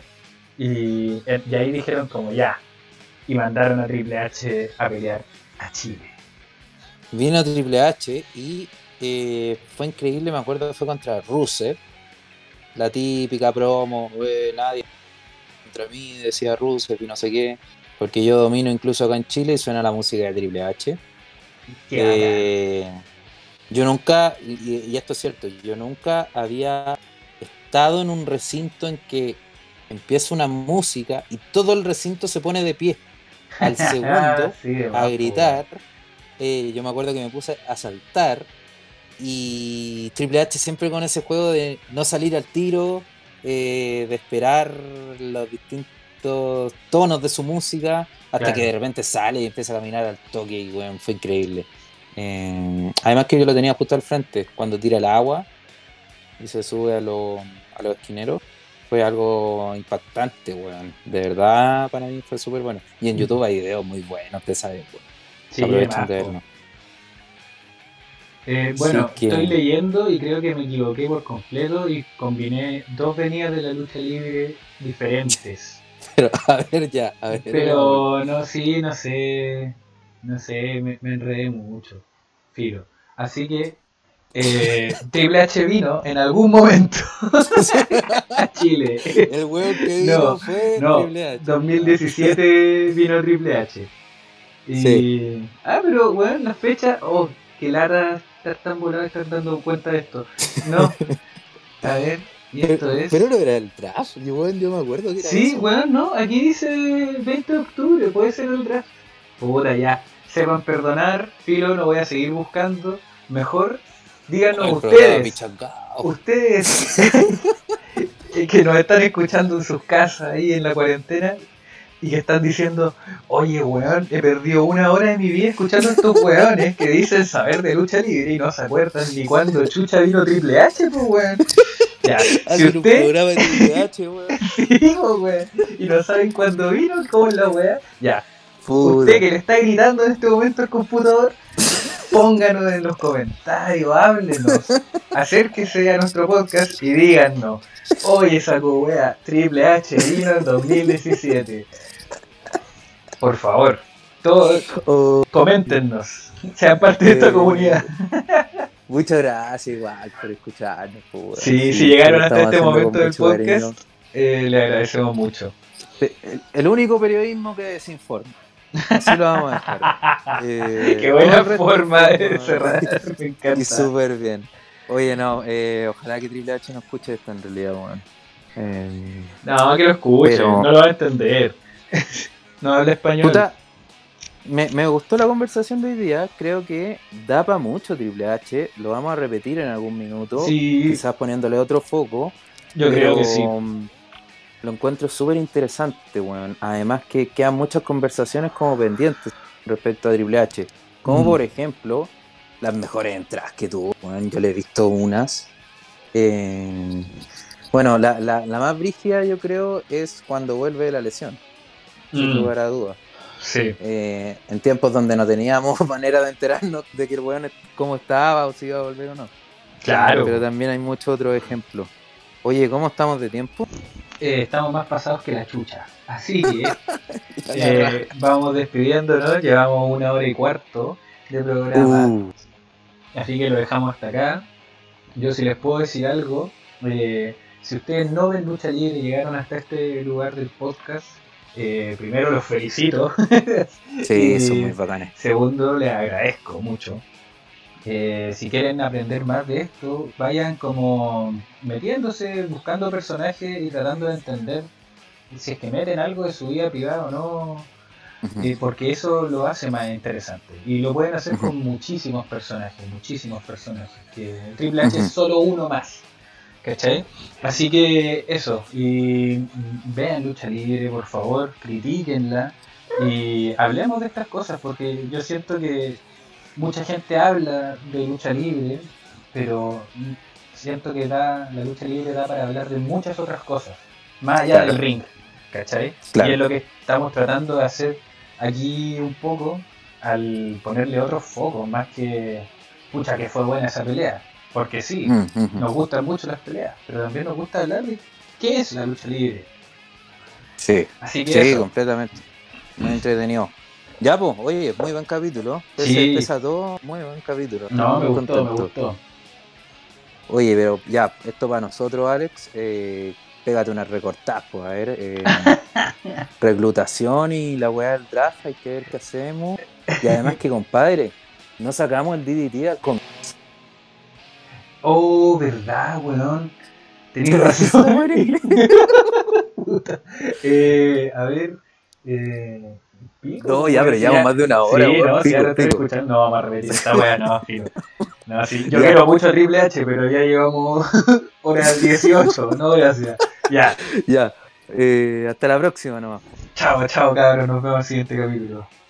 Y ahí dijeron como ya, y mandaron a Triple H a pelear a Chile. Vino Triple H y fue increíble, me acuerdo que fue contra Rusev, la típica promo, nadie contra mí, decía Rusev y no sé qué, porque yo domino incluso acá en Chile y suena la música de Triple H. Qué bacán. Eh, yo nunca, y esto es cierto, yo nunca había estado en un recinto en que empieza una música y todo el recinto se pone de pie al segundo Sí, de a más, po, weón. gritar. Yo me acuerdo que me puse a saltar. Y Triple H siempre con ese juego de no salir al tiro, de esperar los distintos tonos de su música, hasta que Claro. de repente sale y empieza a caminar al toque y bueno, fue increíble. Además que yo lo tenía justo al frente, cuando tira el agua y se sube a los esquineros, fue algo impactante, weón. De verdad, para mí fue súper bueno. Y en YouTube hay videos muy buenos de esa época. Sí, de Aprovechen más, de po. verlo. Así Bueno, estoy que, leyendo y creo que me equivoqué por completo y combiné dos venidas de la lucha libre diferentes. pero a ver ya, a ver, veamos. Pero no, sí, no sé. No sé, me enredé mucho. Filo. Así que Triple H vino en algún momento a Chile. El weón que vino No, fue no, Triple H. 2017 vino Triple H. Sí. Y... Ah, pero bueno, la fecha... Oh, qué lata estar tan volado y estar dando cuenta de esto. No, a ver, y esto Pero es... no era el draft, yo me acuerdo que era Sí, eso. bueno, no, aquí dice 20 de octubre, puede ser el draft. Puta, ya, sepan perdonar, filo, no voy a seguir buscando. Mejor, díganos El programa ustedes, Pichangao. ustedes que nos están escuchando en sus casas ahí en la cuarentena y que están diciendo, oye weón, he perdido 1 hora de mi vida escuchando a estos weones que dicen saber de lucha libre y no se acuerdan ni cuando chucha vino Triple H, pues weón. Ya, si Hacen un usted programa de Triple H, weón. sí, po, weón. Y no saben cuándo vino, cómo es la weá. Ya. Usted Puta. que le está gritando en este momento al computador, pónganos en los comentarios, háblenos. Acérquese a nuestro podcast y díganos. Oye, saco weá, Triple H vino en 2017. Por favor, todos Oh, coméntenos. Sean parte de esta comunidad. muchas gracias igual por escucharnos, pues, weón. Sí, si Sí, esto lo llegaron hasta estamos este haciendo con momento del mucho cariño. podcast, le agradecemos mucho. El único periodismo que desinforma. Así lo vamos a dejar. Qué Todo buena el resto forma de informa. cerrar, me Y encanta. súper bien. Oye, no, ojalá que Triple H no escuche esto en realidad, weón. No, que lo escuche, Pero- no lo va a entender. No habla español. Puta, me gustó la conversación de hoy día. Creo que da para mucho Triple H. Lo vamos a repetir en algún minuto. Sí, Quizás poniéndole otro foco. yo creo que sí. Lo encuentro súper interesante, weón. Además que quedan muchas conversaciones como pendientes respecto a Triple H. Como por ejemplo, las mejores entradas que tuvo, weón. Yo le he visto unas. Bueno, la más brígida yo creo es cuando vuelve de la lesión. Sin lugar a dudas. Sí. En tiempos donde no teníamos manera de enterarnos de que el weón cómo estaba o si iba a volver o no. Claro. Pero también hay muchos otros ejemplos. Oye, ¿cómo estamos de tiempo? Estamos más pasados que la chucha. Así que vamos despidiéndonos. Llevamos 1 hora y cuarto de programa. Así que lo dejamos hasta acá. Yo si les puedo decir algo. Si ustedes no ven lucha libre y llegaron hasta este lugar del podcast, primero los felicito. Sí, son muy bacanes. Segundo, les agradezco mucho. Si quieren aprender más de esto, vayan como metiéndose, buscando personajes y tratando de entender si es que meten algo de su vida privada o no, porque eso lo hace más interesante. Y lo pueden hacer con muchísimos personajes, que Triple H es solo uno más. ¿Cachai? Así que eso, y vean lucha libre, por favor, critíquenla y hablemos de estas cosas, porque yo siento que mucha gente habla de lucha libre, pero siento que la lucha libre da para hablar de muchas otras cosas, más allá del ring, ¿cachai? Claro. Y es lo que estamos tratando de hacer aquí un poco, al ponerle otros focos, más que, pucha, que fue buena esa pelea. Porque sí, nos gustan mucho las peleas, pero también nos gusta hablar de qué es la lucha libre. Sí, así que sí, eso. Completamente. Muy entretenido. Ya, pues, oye, muy buen capítulo. Pese a todo, muy buen capítulo. No, muy me gustó. Oye, pero ya, esto para nosotros, Alex, pégate unas recortadas, pues, a ver. Reclutación y la weá del draft, hay que ver qué hacemos. Y además que, compadre, no sacamos el DDT con... Oh, verdad, weón. Tenías razón. Puta. A ver. Pico, No, ya, pero llevamos más de 1 hora, sí, weón. no, si Pico, ahora estoy pico. escuchando. No, vamos a repetir esta weá, no, fino. No, sí. Yo Ya. quiero mucho a Triple H, pero ya llevamos horas 18, no, gracias. Ya. Ya. Hasta la próxima nomás. Chao, cabros, nos vemos en el siguiente capítulo.